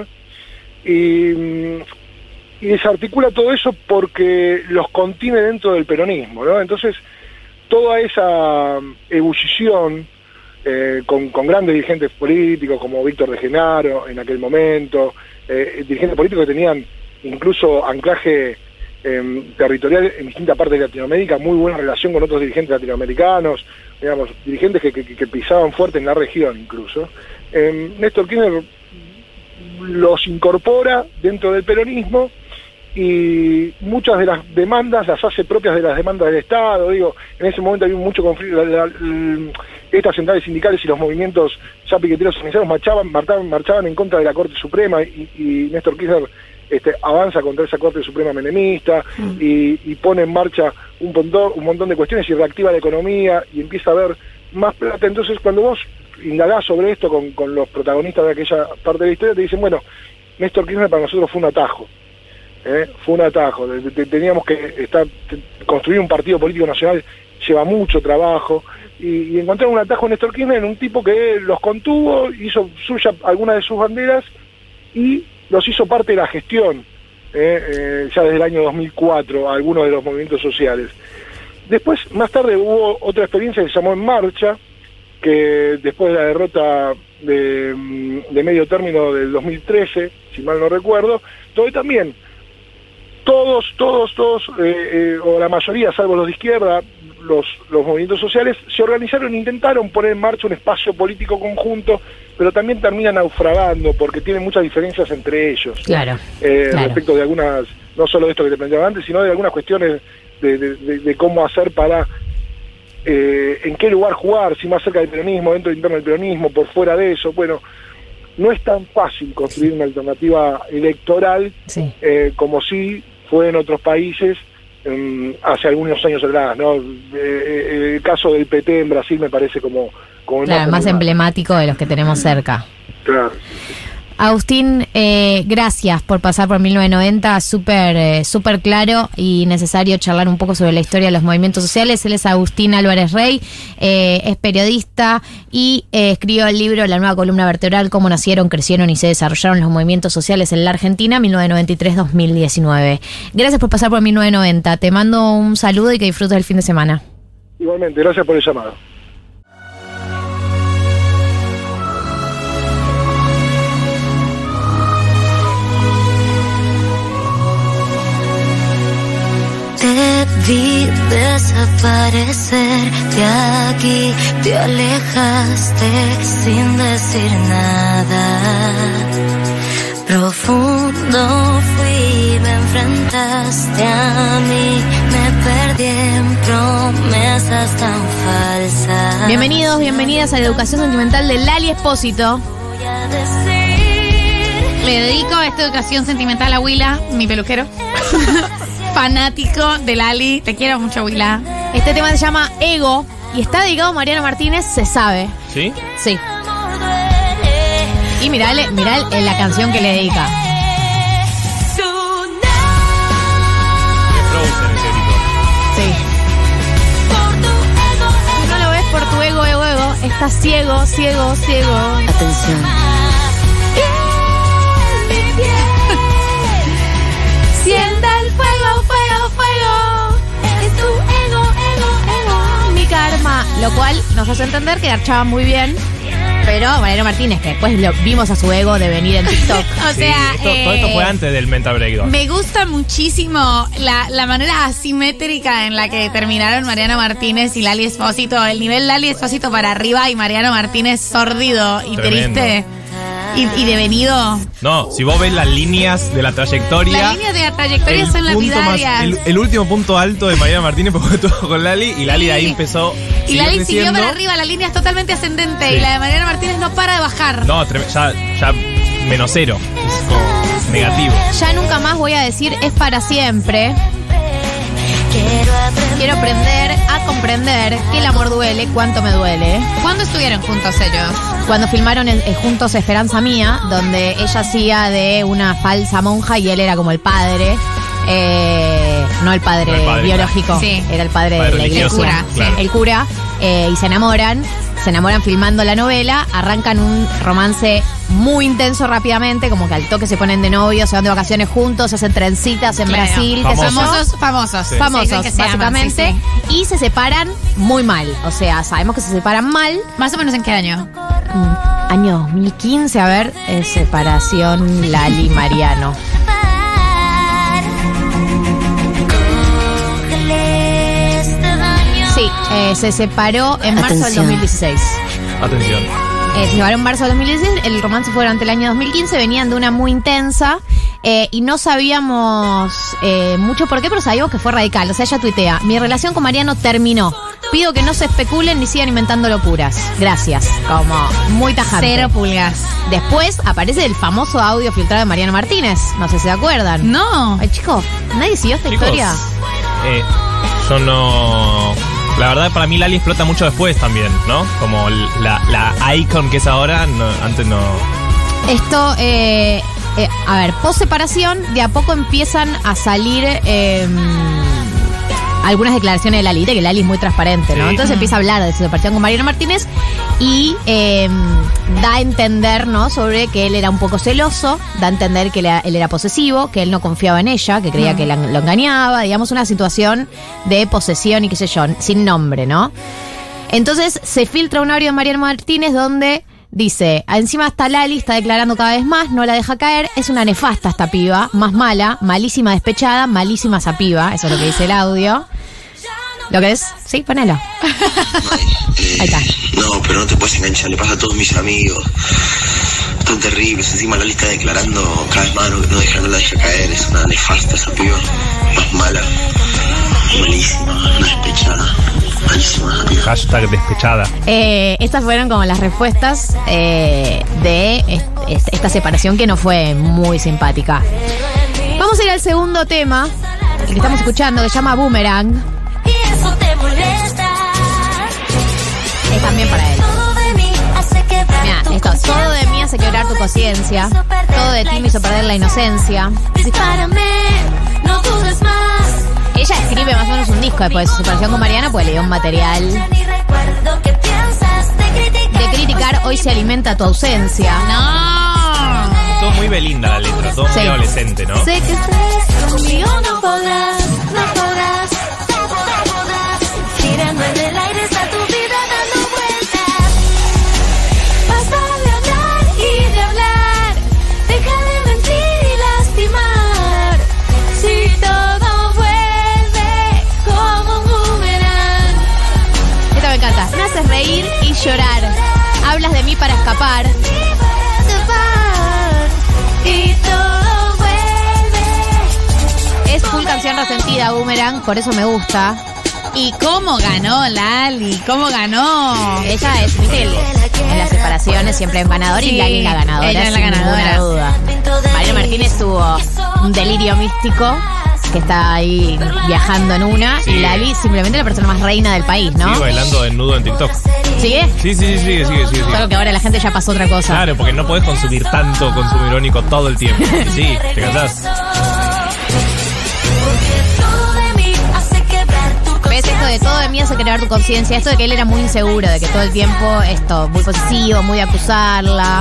y desarticula todo eso porque los contiene dentro del peronismo, ¿no? Entonces, toda esa ebullición con grandes dirigentes políticos como Víctor de Genaro en aquel momento, dirigentes políticos que tenían incluso anclaje territorial en distintas partes de Latinoamérica, muy buena relación con otros dirigentes latinoamericanos, digamos, dirigentes que pisaban fuerte en la región incluso. Néstor Kirchner los incorpora dentro del peronismo y muchas de las demandas las hace propias de las demandas del Estado. Digo, en ese momento había mucho conflicto, estas centrales sindicales y los movimientos ya piqueteros organizados marchaban en contra de la Corte Suprema, y Néstor Kirchner avanza contra esa Corte Suprema menemista y pone en marcha un montón de cuestiones y reactiva la economía y empieza a haber más plata. Entonces, cuando vos indagás sobre esto con los protagonistas de aquella parte de la historia, te dicen, bueno, Néstor Kirchner para nosotros fue un atajo. Fue un atajo. Teníamos que construir un partido político nacional lleva mucho trabajo, y encontrar un atajo en Néstor Kirchner, en un tipo que los contuvo, hizo suya algunas de sus banderas y los hizo parte de la gestión, ya desde el año 2004, algunos de los movimientos sociales. Después, más tarde, hubo otra experiencia que se llamó En Marcha, que después de la derrota de medio término del 2013, si mal no recuerdo, donde también todos, o la mayoría, salvo los de izquierda, los movimientos sociales, se organizaron e intentaron poner en marcha un espacio político conjunto, pero también terminan naufragando porque tienen muchas diferencias entre ellos. Claro. Respecto de algunas, no solo de esto que te planteaba antes, sino de algunas cuestiones de cómo hacer para, en qué lugar jugar, si más cerca del peronismo, dentro del interno del peronismo, por fuera de eso. Bueno, no es tan fácil construir una alternativa electoral como sí fue en otros países hace algunos años atrás, ¿no? El caso del PT en Brasil me parece como el más emblemático de los que tenemos cerca. Claro. Agustín, gracias por pasar por 1990, súper claro y necesario charlar un poco sobre la historia de los movimientos sociales. Él es Agustín Álvarez Rey, es periodista y escribió el libro La nueva columna vertebral, cómo nacieron, crecieron y se desarrollaron los movimientos sociales en la Argentina 1993-2019. Gracias por pasar por 1990, te mando un saludo y que disfrutes el fin de semana. Igualmente, gracias por el llamado. Te vi desaparecer de aquí, te alejaste sin decir nada. Profundo fui, me enfrentaste a mí, me perdí en promesas tan falsas. Bienvenidos, bienvenidas a la educación sentimental de Lali Espósito. Le dedico esta educación sentimental a Willa, mi peluquero. Fanático de Lali, te quiero mucho, Willa. Este tema se llama Ego y está dedicado a Mariano Martínez, se sabe. ¿Sí? Sí. Y mirá la canción que le dedica. Sí. No lo ves por tu ego, estás ciego. Atención. Sienta el fuego. Es tu ego. Mi karma. Lo cual nos hace entender que garchaba muy bien. Pero Mariano Martínez, que después lo vimos a su ego de venir en TikTok. O sea, todo esto fue antes del Mental Breakdown. Me gusta muchísimo la manera asimétrica en la que terminaron Mariano Martínez y Lali Espósito. El nivel Lali Espósito para arriba y Mariano Martínez sórdido y tremendo. triste. y devenido. No, si vos ves las líneas de la trayectoria. Las líneas de la trayectoria son lapidarias. El último punto alto de Mariana Martínez fue todo con Lali y Lali de ahí empezó. Y Lali siguió para arriba, la línea es totalmente ascendente y la de Mariana Martínez no para de bajar. No, ya menos 0. Es como negativo. Ya nunca más voy a decir es para siempre. Quiero aprender a comprender que el amor duele, cuánto me duele. ¿Cuándo estuvieron juntos ellos? Cuando filmaron juntos Esperanza Mía, donde ella hacía de una falsa monja y él era como el padre. No el padre biológico, sí. Era el padre de la iglesia. Cura, claro. El cura. Y se enamoran filmando la novela, arrancan un romance muy intenso rápidamente, como que al toque se ponen de novios, se van de vacaciones juntos, se hacen trencitas en Brasil. Famosos. Sí. Famosos, básicamente. Y se separan muy mal. O sea, sabemos que se separan mal. ¿Más o menos en qué año? Año 2015, a ver, separación Lali Mariano. Sí, se separó en marzo del 2016. Atención. Se separó en marzo del 2016, el romance fue durante el año 2015, venían de una muy intensa y no sabíamos mucho por qué, pero sabíamos que fue radical. O sea, ella tuitea: mi relación con Mariano terminó. Pido que no se especulen ni sigan inventando locuras. Gracias. Como muy tajante. 0 pulgas. Después aparece el famoso audio filtrado de Mariano Martínez. No sé si se acuerdan. No. Ay, chicos, ¿nadie siguió esta historia? Yo no. La verdad, para mí Lali explota mucho después también, ¿no? Como la icon que es ahora, antes no. Esto, a ver, post separación, de a poco empiezan a salir algunas declaraciones de Lali, de que Lali es muy transparente, ¿no? Sí. Entonces empieza a hablar de su separación con Mariano Martínez y da a entender, ¿no? Sobre que él era un poco celoso, da a entender que él era posesivo, que él no confiaba en ella, que creía que lo engañaba, digamos, una situación de posesión y qué sé yo, sin nombre, ¿no? Entonces se filtra un audio de Mariano Martínez donde dice: encima está Lali, está declarando cada vez más, no la deja caer, es una nefasta esta piba, más mala, malísima despechada, malísima esa piba, eso es lo que dice el audio. ¿Lo que es? Sí, ponelo. Ahí está. No, pero no te puedes enganchar, le pasa a todos mis amigos. Están terribles, encima Lali está declarando cada vez más, no la deja caer, es una nefasta esa piba, más mala, malísima, una despechada. Hashtag despechada. Estas fueron como las respuestas de esta separación que no fue muy simpática. Vamos a ir al segundo tema, el que estamos escuchando, que se llama Boomerang. Es también para él. Mira, esto: todo de mí hace quebrar tu conciencia, todo de ti me hizo perder la inocencia. Dispárame, no dudes más. Ella escribe más o menos un disco después de su separación con Mariano, pues le dio un material de criticar. Hoy se alimenta tu ausencia. No. Todo muy Belinda la letra, todo muy adolescente, ¿no? Sé que estás conmigo, no podrás. Tirando en el aire está tu vida dando vueltas. Basta de hablar y de hablar. Deja de mentir y lastimar. Si todo vuelve como un boomerang. Esta me encanta. Me haces reír y llorar. Hablas de mí para escapar. Y todo vuelve. Es full canción resentida, Boomerang, por eso me gusta. ¿Y cómo ganó Lali? ¿Cómo ganó? Ella es, viste, en las separaciones siempre es ganadora, sí, y Lali la ganadora. Ella es la ganadora. Sin duda. Mariano Martínez tuvo un delirio místico que está ahí viajando en una, sí. Y Lali simplemente la persona más reina del país, ¿no? Sí, bailando desnudo en TikTok. ¿Sigue? Sí. Solo que ahora la gente ya pasó otra cosa. Claro, porque no podés consumir tanto consumo irónico todo el tiempo. Sí, te cansás. ¿Ves esto de todo de mí hace quebrar tu conciencia? Esto de que él era muy inseguro, de que todo el tiempo esto, muy posesivo, muy de acusarla.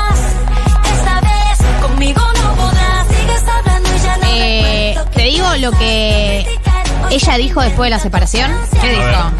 Te digo lo que ella dijo después de la separación. ¿Qué dijo?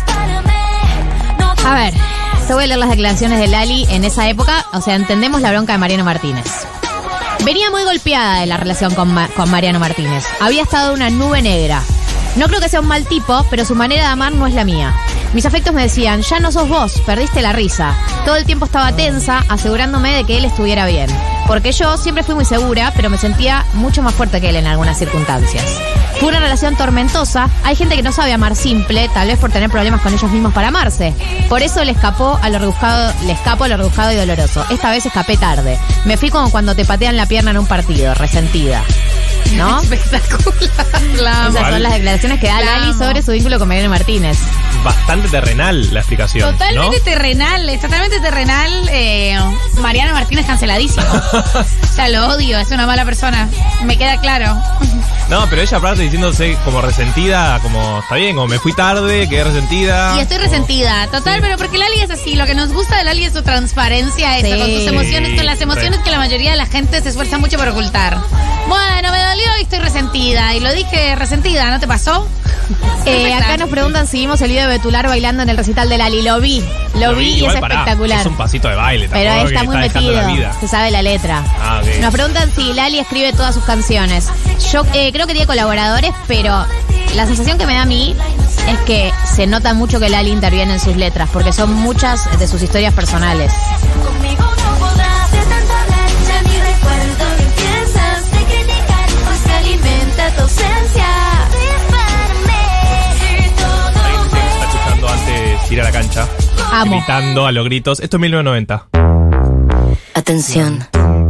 A ver, te voy a leer las declaraciones de Lali en esa época. O sea, entendemos la bronca de Mariano Martínez. Venía muy golpeada de la relación con Mariano Martínez. Había estado una nube negra. No creo que sea un mal tipo, pero su manera de amar no es la mía. Mis afectos me decían, ya no sos vos, perdiste la risa. Todo el tiempo estaba tensa, asegurándome de que él estuviera bien. Porque yo siempre fui muy segura, pero me sentía mucho más fuerte que él en algunas circunstancias. Fue una relación tormentosa. Hay gente que no sabe amar simple, tal vez por tener problemas con ellos mismos para amarse. Por eso le escapo a lo rebuscado y doloroso. Esta vez escapé tarde. Me fui como cuando te patean la pierna en un partido, resentida. ¿No? Espectacular. Esas son las declaraciones que da Lali sobre su vínculo con Mariano Martínez. Bastante terrenal la explicación. Totalmente ¿no? terrenal, es totalmente terrenal. Mariano Martínez canceladísimo. Ya lo odio, es una mala persona. Me queda claro. No, pero ella aparte diciéndose como resentida, como está bien, como me fui tarde, quedé resentida. Y estoy resentida, total, pero porque Lali es así. Lo que nos gusta de Lali es su transparencia, esa, con sus emociones, con las emociones que la mayoría de la gente se esfuerza mucho por ocultar. Bueno, me dolió y estoy resentida. Y lo dije resentida, ¿no te pasó? Acá nos preguntan si vimos el video de Betular bailando en el recital de Lali. Lo vi y es espectacular. Es un pasito de baile, pero está muy metido, se sabe la letra. Okay. Nos preguntan si Lali escribe todas sus canciones. Yo creo que tiene colaboradores, pero la sensación que me da a mí es que se nota mucho que Lali interviene en sus letras, porque son muchas de sus historias personales. Conmigo no podrás de tanto hablar, ya ni recuerdo que piensas de criticar, pues se alimenta tu ausencia. Está escuchando antes de ir a la cancha. Amo. Gritando a los gritos. Esto es 1990. Atención.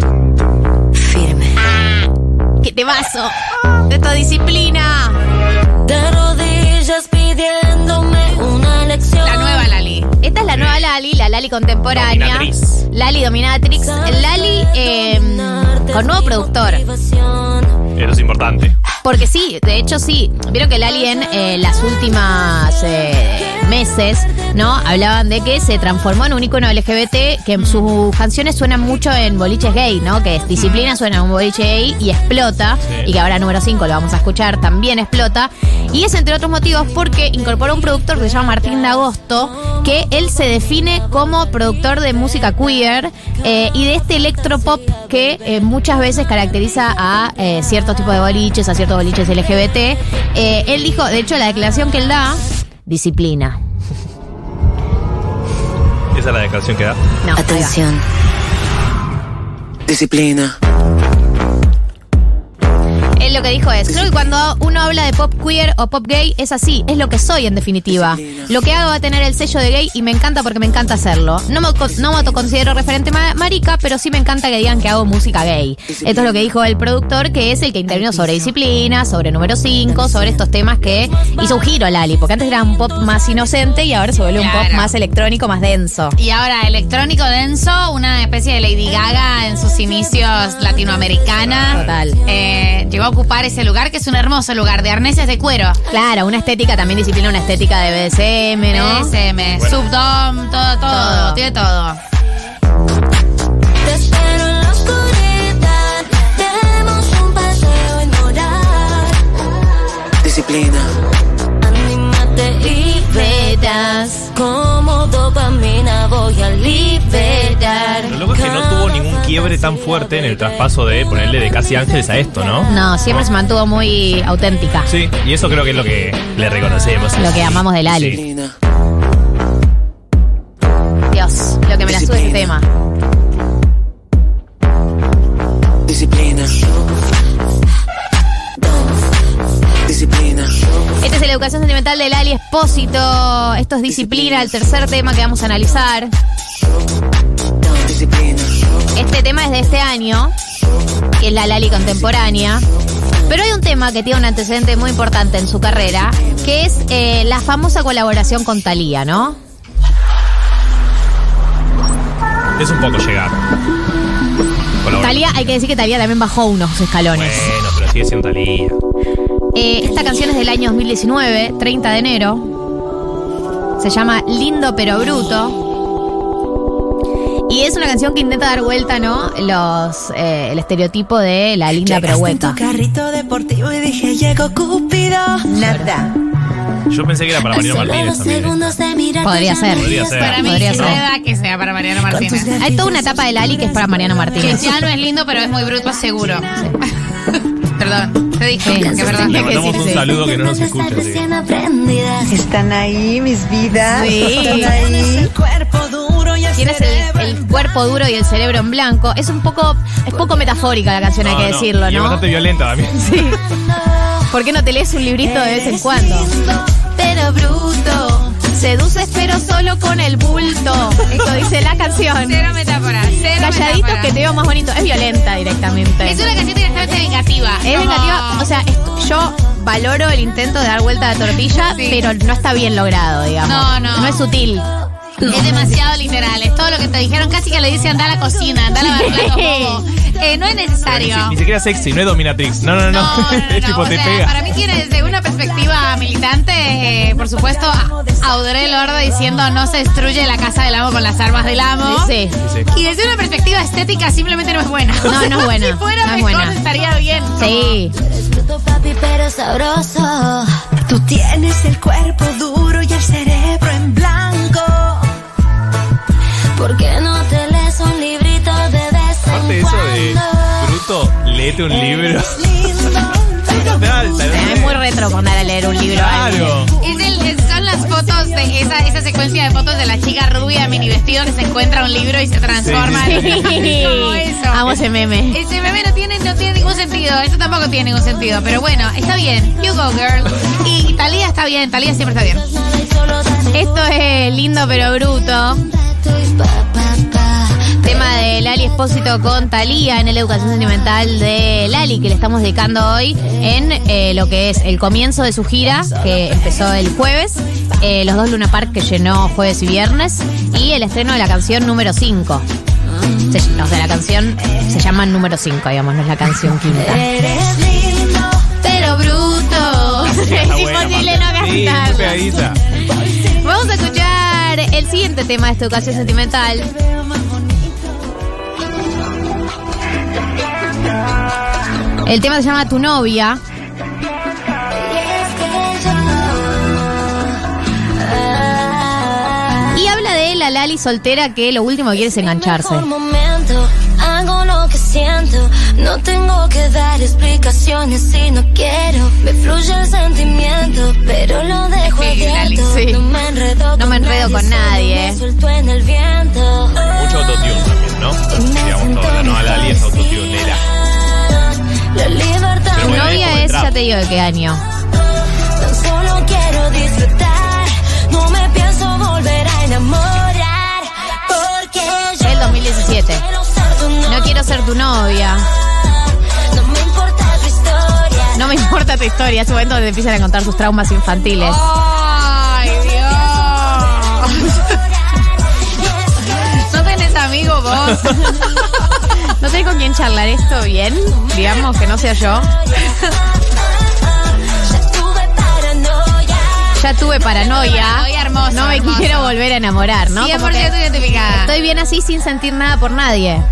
¡Qué temazo! ¡De tu disciplina! De rodillas pidiéndome una lección. La nueva Lali. Esta es la nueva Lali, la Lali contemporánea. Dominatrix. Lali dominatrix. Lali con nuevo productor. Eso es importante. Porque sí, de hecho sí. Vieron que Lali en las últimas meses, ¿no? Hablaban de que se transformó en un icono LGBT, que sus canciones suenan mucho en boliches gay, ¿no? Que Disciplina suena en un boliche gay y explota. Sí. Y que ahora número 5 lo vamos a escuchar, también explota. Y es entre otros motivos porque incorporó un productor que se llama Martín de Agosto, que él se define como productor de música queer y de este electropop que muchas veces caracteriza a ciertos tipos de boliches, a ciertos boliches LGBT. Él dijo, de hecho, la declaración que él da, disciplina. ¿Esa es la declaración que da? No, atención. Disciplina. Él lo que dijo es, creo que cuando uno habla de pop queer o pop gay es así, es lo que soy en definitiva. Lo que hago va a tener el sello de gay y me encanta porque me encanta hacerlo. No me autoconsidero referente marica, pero sí me encanta que digan que hago música gay. Esto es lo que dijo el productor, que es el que intervino sobre Disciplina, sobre número 5, sobre estos temas que hizo un giro a Lali, porque antes era un pop más inocente y ahora se vuelve un pop más electrónico, más denso. Y ahora electrónico denso, una especie de Lady Gaga en sus inicios latinoamericana. Total. Llegó a ocupar ese lugar, que es un hermoso lugar de arneses de cuero. Claro, una estética también, Disciplina, una estética de BDSM, ¿no? BDSM, bueno. Subdom, todo, tiene todo. Te espero en la oscuridad, demos un paseo en morar. Disciplina. Anímate y verás como dopamina voy a liberar. Lo loco es que no tuvo ningún quiebre tan fuerte en el traspaso de ponerle de Casi Ángeles a esto, ¿no? No, siempre se mantuvo muy auténtica. Sí, y eso creo que es lo que le reconocemos. Lo que amamos de Lali. Sí. Dios, lo que me la sube ese tema. Disciplina. Disciplina. Esta es la educación sentimental de Lali Espósito. Esto es Disciplina, el tercer tema que vamos a analizar. Disciplina. Este tema es de este año, que es la Lali contemporánea. Pero hay un tema que tiene un antecedente muy importante en su carrera, que es la famosa colaboración con Thalía, ¿no? Es un poco llegar. Thalía, hay que decir que Thalía también bajó unos escalones. Bueno, pero sigue siendo Thalía. Esta canción es del año 2019, 30 de enero. Se llama Lindo pero Bruto. Y es una canción que intenta dar vuelta, ¿no? El estereotipo de la linda pero hueca. Carrito deportivo y dije, llegó Cupido. Nada. Yo pensé que era para Mariano Martínez también. Podría ser. Para mí Podría sí ser. me da que sea para Mariano Martínez. Hay toda una etapa de Lali que es para Mariano Que Martínez. ya no es lindo, pero es muy bruto, seguro. Sí. Te perdón. Te dije que perdón. Le mandamos un saludo que no nos escucha. Sí. ¿Están ahí, mis vidas? Sí. ¿Están ahí? Tienes el cuerpo duro y el cerebro en blanco. Es poco metafórica la canción, hay que decirlo, Y es ¿no? bastante violenta también. Sí. ¿Por qué no te lees un librito de vez en cuando? Pero bruto, seduces pero solo con el bulto. Esto dice la canción. Cero metáfora, Calladitos metáfora. que te veo más bonito. Es violenta directamente. Es una canción directamente vengativa. Es vengativa. O sea, yo valoro el intento de dar vuelta a la tortilla, pero no está bien logrado, digamos. No. No es sutil. Es demasiado literal, es todo lo que te dijeron, casi que le dice anda a la cocina, anda a lavar platos, bobo. No es necesario. Ni siquiera sexy, no es dominatrix. No. Es tipo, O te sea, pega. para mí tiene desde una perspectiva militante, por supuesto, Audrey Lorde diciendo no se destruye la casa del amo con las armas del amo. Sí. Y desde una perspectiva estética simplemente no es buena. No es buena. Si fuera No es mejor buena. estaría bien. Sí. Papi, pero sabroso. Tú tienes el cuerpo duro y el cerebro en blanco. ¿Por qué no te lees un librito de vez Aparte de en eso de cuando? bruto, léete un libro. Es muy retro poner a leer un libro. Claro. Son las fotos de esa secuencia de fotos de la chica rubia mini vestido que se encuentra un libro y se transforma Sí. en como eso. Amo ese meme. Ese meme no tiene ningún sentido. Eso tampoco tiene ningún sentido. Pero bueno, está bien. You go, girl. Y Thalía está bien. Thalía siempre está bien. Esto es lindo pero bruto. Tema de Lali Espósito con Thalía en la educación sentimental de Lali, que le estamos dedicando hoy en lo que es el comienzo de su gira, que empezó el jueves, los 2 Luna Park que llenó jueves y viernes, y el estreno de la canción número 5. O sea, la canción se llama número 5, digamos, no es la canción quinta. Eres lindo, Pero bruto. Está Es buena, imposible no aparte. Sí, cantarla. muy pegadita. Vamos a escuchar el siguiente tema de esta educación sentimental. El tema se llama Tu novia. Y habla de la Lali soltera que lo último que quiere es engancharse. mejor momento, hago lo que siento. No tengo que dar explicaciones si no quiero. Me fluye el sentimiento, pero lo dejo abierto. sí. No me enredo con nadie. Me suelto en el viento. Mucho autotune también, ¿no? Digamos, toda la nueva Lali es autotunera. La libertad. Tu novia es, ya te digo de qué año. Tan solo quiero disfrutar. No me pienso volver a enamorar. Porque yo El 2017. No quiero ser tu novia. no me importa tu historia. No me importa tu historia. Es un momento donde empiezan a contar sus traumas infantiles. ¡Ay, Dios! ¿No tenés amigos vos? ¿No tenés con quién charlar esto bien? Digamos que no sea yo. Ya tuve paranoia. Paranoia hermoso, No me hermoso. quiero volver a enamorar, ¿no? 100% Como que identificada. estoy bien así sin sentir nada por nadie.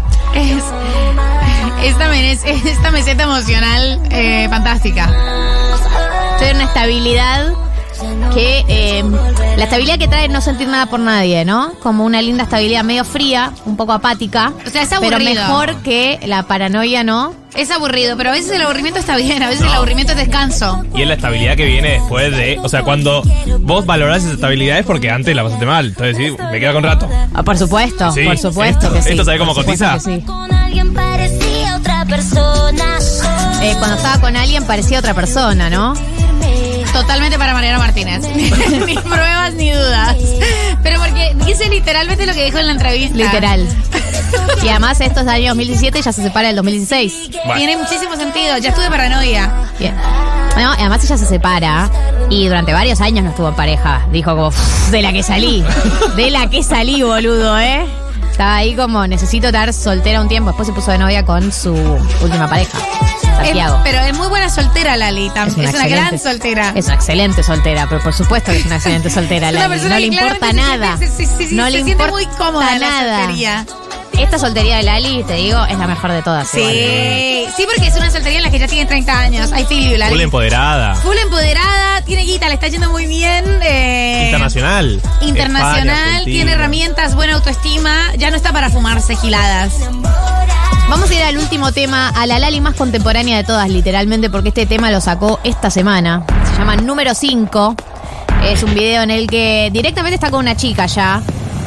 Esta meseta emocional fantástica. Estoy en una estabilidad que... la estabilidad que trae no sentir nada por nadie, ¿no? Como una linda estabilidad medio fría, un poco apática. O sea, es pero aburrido. mejor que la paranoia, ¿no? Es aburrido, pero a veces el aburrimiento está bien, a veces el aburrimiento es descanso. Y es la estabilidad que viene después de... O sea, cuando vos valorás esa estabilidad es porque antes la pasaste mal. Entonces, sí, me queda con rato. Ah, por supuesto, Sí, por supuesto esto- que sí. ¿esto sabe cómo Por supuesto cotiza? que sí. Con alguien parecía otra persona. Cuando estaba con alguien parecía otra persona, ¿no? Totalmente para Mariano Martínez. Ni pruebas ni dudas. Pero porque dice literalmente lo que dijo en la entrevista. Literal. Y además esto es del año 2017 y ya se separa del 2016. Tiene muchísimo sentido. Ya estuve paranoia. Bien. Bueno, además ella se separa y durante varios años no estuvo en pareja. Dijo como, de la que salí. De la que salí, boludo, ¿eh? Estaba ahí como, necesito estar soltera un tiempo. Después se puso de novia con su última pareja, Santiago. Pero es muy buena soltera, Lali. Es una excelente- gran soltera. Es una excelente soltera, pero por supuesto que es una excelente soltera, Es una Lali. persona No le que importa claramente nada. se siente No le siente importa muy cómoda en la nada. soltería. Esta soltería de Lali, te digo, es la mejor de todas. igual. Sí, porque es una soltería en la que ya tiene 30 años. I feel you, Lali. Full empoderada. Full empoderada, tiene guita, le está yendo muy bien. Internacional. Internacional, España, Argentina. tiene herramientas, buena autoestima. Ya no está para fumarse giladas. Vamos a ir al último tema, a la Lali más contemporánea de todas, literalmente, porque este tema lo sacó esta semana. Se llama Número 5. Es un video en el que directamente está con una chica ya.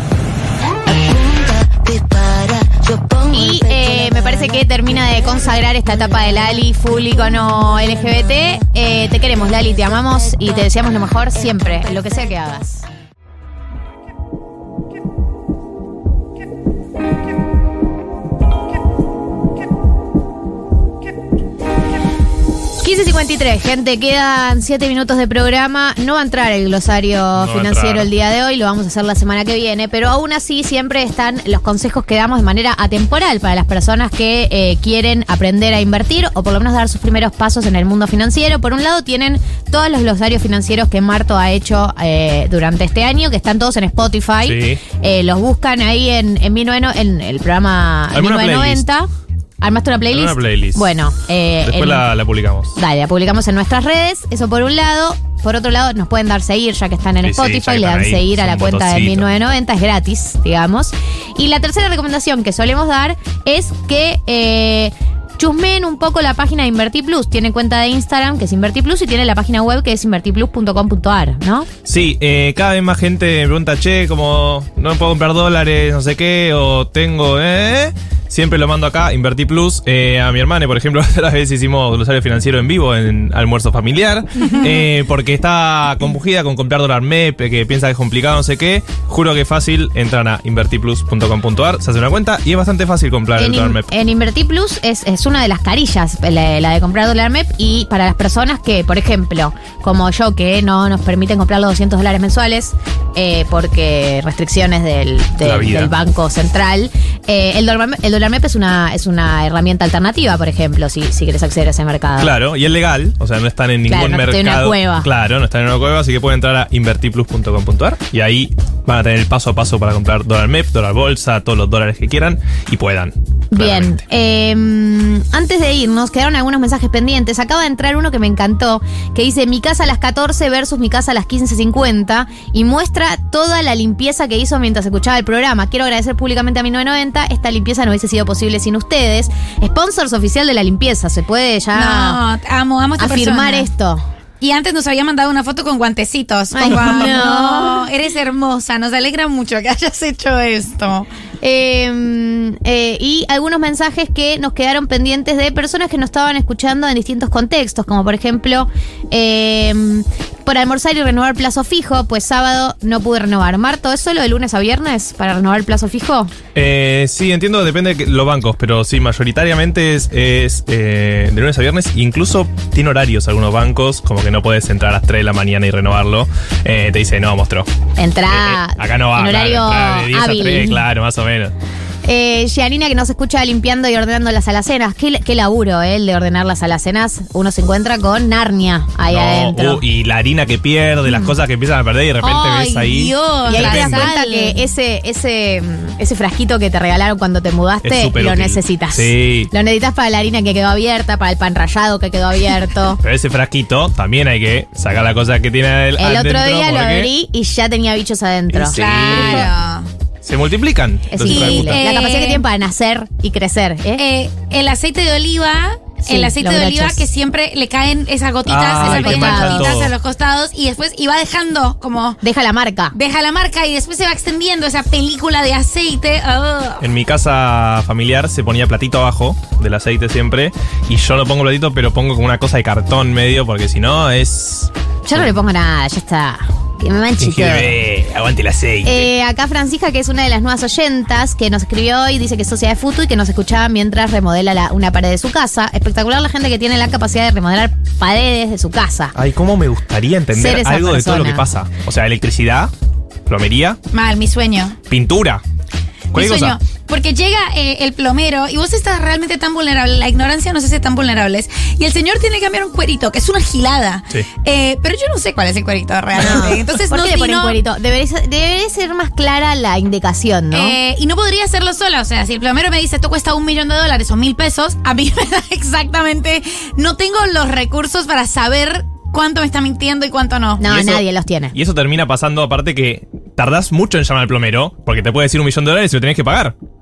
Y me parece que termina de consagrar esta etapa de Lali, full icono LGBT. Te queremos, Lali, te amamos y te deseamos lo mejor siempre, en lo que sea que hagas. Gente, quedan 7 minutos de programa. No va a entrar el glosario financiero el día de hoy, lo vamos a hacer la semana que viene, pero aún así siempre están los consejos que damos de manera atemporal para las personas que quieren aprender a invertir o por lo menos dar sus primeros pasos en el mundo financiero. Por un lado tienen todos los glosarios financieros que Marto ha hecho durante este año, que están todos en Spotify. Sí. Los buscan ahí en el programa 1990. ¿Armaste una playlist? Una playlist. Bueno. Después la publicamos. Dale, la publicamos en nuestras redes. Eso por un lado. Por otro lado, nos pueden dar seguir, ya que están en Spotify. Le dan ahí, seguir a la cuenta de 1990. Es gratis, digamos. Y la tercera recomendación que solemos dar es que chusmeen un poco la página de InvertiPlus. Tiene cuenta de Instagram, que es InvertiPlus, y tiene la página web, que es invertiplus.com.ar, ¿no? Sí, cada vez más gente me pregunta, como no puedo comprar dólares, no sé qué, o tengo... Siempre lo mando acá, InvertiPlus. A mi hermana, por ejemplo, otras veces hicimos glosario financiero en vivo en almuerzo familiar. Porque está compugida con comprar dólar MEP, que piensa que es complicado, no sé qué. Juro que es fácil. Entran a invertiplus.com.ar, se hace una cuenta y es bastante fácil comprar el dólar MEP. En InvertiPlus es una de las carillas, la de comprar dólar MEP. Y para las personas que, por ejemplo, como yo, que no nos permiten comprar los $200 mensuales, porque restricciones del Banco Central, el dólar MEP es una herramienta alternativa, por ejemplo, si quieres acceder a ese mercado. Claro, y es legal, o sea, no están en ningún mercado. En una cueva. Claro, no están en una cueva, así que pueden entrar a invertiplus.com.ar y ahí van a tener el paso a paso para comprar dólar MEP, dólar bolsa, todos los dólares que quieran y puedan. Bien, antes de irnos, quedaron algunos mensajes pendientes. Acaba de entrar uno que me encantó, que dice: mi casa a las 14 versus mi casa a las 15:50, y muestra toda la limpieza que hizo mientras escuchaba el programa. Quiero agradecer públicamente a 1990. Esta limpieza no hubiese sido posible sin ustedes. Sponsors oficial de la limpieza. Se puede ya amo esta afirmar persona. Esto. Y antes nos había mandado una foto con guantecitos. Ay, no. Eres hermosa. Nos alegra mucho que hayas hecho esto. Y algunos mensajes que nos quedaron pendientes de personas que nos estaban escuchando en distintos contextos, como por ejemplo, por almorzar y renovar plazo fijo, pues sábado no pude renovar. Marto, ¿es solo de lunes a viernes para renovar el plazo fijo? Sí, entiendo, depende de los bancos, pero sí, mayoritariamente es de lunes a viernes. Incluso tiene horarios algunos bancos, como que no puedes entrar a las 3 de la mañana y renovarlo. Te dice, no, mostró. Entra acá no va, en horario de 10 hábil. a 3, claro, más o menos. Gianina, que nos escucha limpiando y ordenando las alacenas. Qué laburo, el de ordenar las alacenas. Uno se encuentra con Narnia ahí adentro. Y la harina que pierde, las cosas que empiezan a perder y de repente ves ahí. Dios, y ahí te das cuenta que ese frasquito que te regalaron cuando te mudaste, lo necesitas. Sí. Lo necesitas para la harina que quedó abierta, para el pan rallado que quedó abierto. Pero ese frasquito también hay que sacar la cosa que tiene el otro día lo abrí y ya tenía bichos adentro. Sí. Claro. Se multiplican. Es increíble. La capacidad que tienen para nacer y crecer. El aceite de oliva. Sí, el aceite de oliva que siempre le caen esas gotitas, esas pequeñas gotitas a los costados y después iba dejando como... Deja la marca y después se va extendiendo esa película de aceite. En mi casa familiar se ponía platito abajo del aceite siempre y yo no pongo platito, pero pongo como una cosa de cartón medio porque si no es... Yo no le pongo nada, ya está. Que me manche todo. Aguante el aceite. Acá Francisca, que es una de las nuevas oyentas, que nos escribió hoy, dice que es socia de Futu y que nos escuchaba mientras remodela una pared de su casa. Espectacular la gente que tiene la capacidad de remodelar paredes de su casa. Ay, cómo me gustaría entender algo de todo lo que pasa. O sea, electricidad, plomería. Mal, mi sueño. Pintura. Mi sueño. Porque llega el plomero y vos estás realmente tan vulnerable. La ignorancia nos hace tan vulnerables. Y el señor tiene que cambiar un cuerito, que es una gilada. Sí. Pero yo no sé cuál es el cuerito realmente. No. Entonces, ¿por qué le ponen cuerito? Debería ser más clara la indicación, ¿no? Y no podría hacerlo sola. O sea, si el plomero me dice esto cuesta $1 millón o $1,000, a mí me da exactamente... No tengo los recursos para saber cuánto me está mintiendo y cuánto no. No, nadie los tiene. Y eso termina pasando, aparte que tardás mucho en llamar al plomero, porque te puede decir $1 millón y lo tenés que pagar.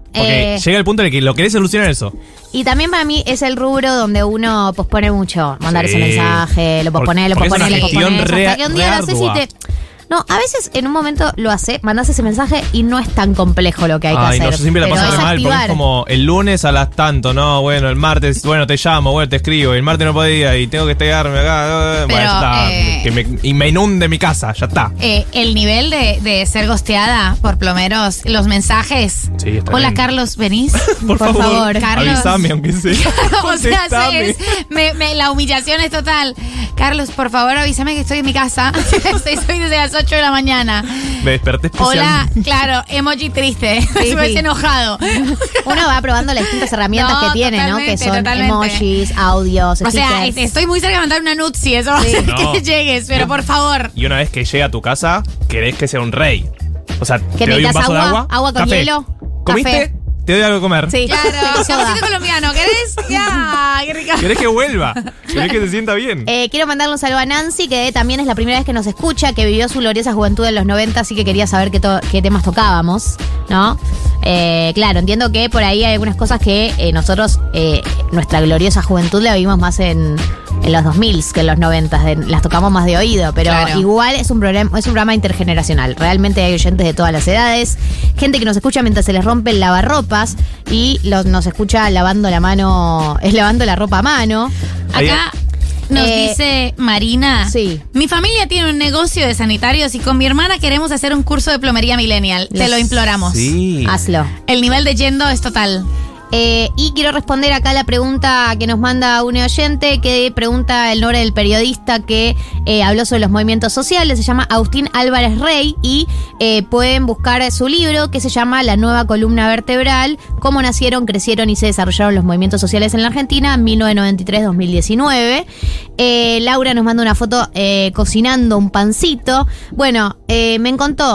Porque llega el punto en el que lo querés solucionar eso. Y también para mí es el rubro donde uno pospone mucho. Mandar ese mensaje, lo posponés, porque es una gestión hasta que un día lo haces y te... No, a veces en un momento lo hace, mandás ese mensaje y no es tan complejo lo que hay que hacer. No, yo siempre la paso re mal, porque es como el lunes a las tanto, no, bueno, el martes, bueno, te llamo, bueno, te escribo, y el martes no podía y tengo que estarme acá, bueno, ya está, y me inunde mi casa, ya está. El nivel de ser gosteada por plomeros, los mensajes. Sí, está Hola, bien. Carlos, ¿venís? Por favor, Carlos. avísame, aunque sea. O sea, la humillación es total. Carlos, por favor, avísame que estoy en mi casa. Estoy desde las 8 de la mañana. Me desperté especial. Hola, claro, emoji triste. Sí, Me sí. enojado. Uno va probando las distintas herramientas que tiene, ¿no? Que son emojis, audios, o sea, stickers. estoy muy cerca de mandar una nude si eso va a hacer que llegues, pero por favor. Y una vez que llega a tu casa, querés que sea un rey. O sea, ¿Qué te doy un vaso de agua. Agua con café. hielo. ¿Comiste? Café. Te doy algo de comer. Sí, claro. Cafecito colombiano, ¿querés? Ya, qué rica. ¿Querés que vuelva? ¿Querés que se sienta bien? Quiero mandarle un saludo a Nancy, que también es la primera vez que nos escucha, que vivió su gloriosa juventud en los 90, así que quería saber qué temas tocábamos, ¿no? Claro, entiendo que por ahí hay algunas cosas que nosotros, nuestra gloriosa juventud la vivimos más en los 2000 que en los 90, las tocamos más de oído, pero igual es un programa intergeneracional. Realmente hay oyentes de todas las edades, gente que nos escucha mientras se les rompe el lavarropas y nos escucha lavando la ropa a mano. Acá nos dice Marina. Sí. Mi familia tiene un negocio de sanitarios y con mi hermana queremos hacer un curso de plomería millennial. Te lo imploramos. Sí. Hazlo. El nivel de yendo es total. Y quiero responder acá la pregunta que nos manda un oyente, que pregunta el nombre del periodista que habló sobre los movimientos sociales. Se llama Agustín Álvarez Rey y pueden buscar su libro que se llama La nueva columna vertebral, cómo nacieron, crecieron y se desarrollaron los movimientos sociales en la Argentina, 1993-2019. Laura nos manda una foto cocinando un pancito. Bueno, me encantó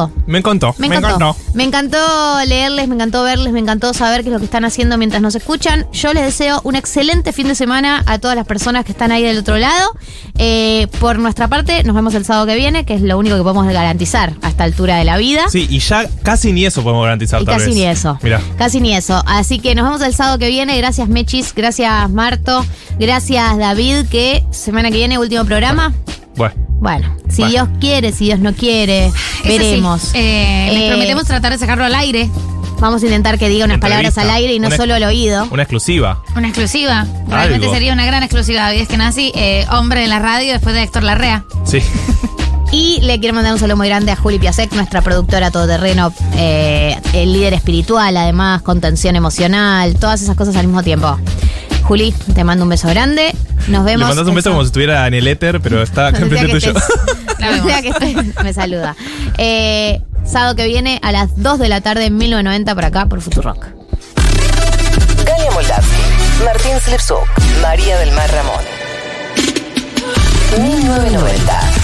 leerles, me encantó verles, me encantó saber qué es lo que están haciendo mientras nos escuchan. Yo les deseo un excelente fin de semana a todas las personas que están ahí del otro lado. Por nuestra parte, nos vemos el sábado que viene, que es lo único que podemos garantizar a esta altura de la vida. Sí, y ya casi ni eso podemos garantizar, tal vez. Casi ni eso. Mirá. Casi ni eso. Así que nos vemos el sábado que viene. Gracias, Mechis. Gracias, Marto. Gracias, David, que semana que viene, último programa. Bueno, si Dios quiere, si Dios no quiere, veremos. Les prometemos tratar de sacarlo al aire. Vamos a intentar que diga unas palabras al aire y no solo al oído. Una exclusiva. Una exclusiva. Realmente sería una gran exclusiva. David Eskenazi, hombre en la radio después de Héctor Larrea. Sí. Y le quiero mandar un saludo muy grande a Juli Piasek, nuestra productora todoterreno, el líder espiritual, además, contención emocional, todas esas cosas al mismo tiempo. Juli, te mando un beso grande. Nos vemos. Le mandas un beso como si estuviera en el éter, pero está acá enfrente tuyo. Donde sea que estés, me saluda. Sábado que viene a las 2 de la tarde en 1990 por acá, por Futurock. Galia Moldavsky, Martín Slipsuk, María del Mar Ramón. 1990.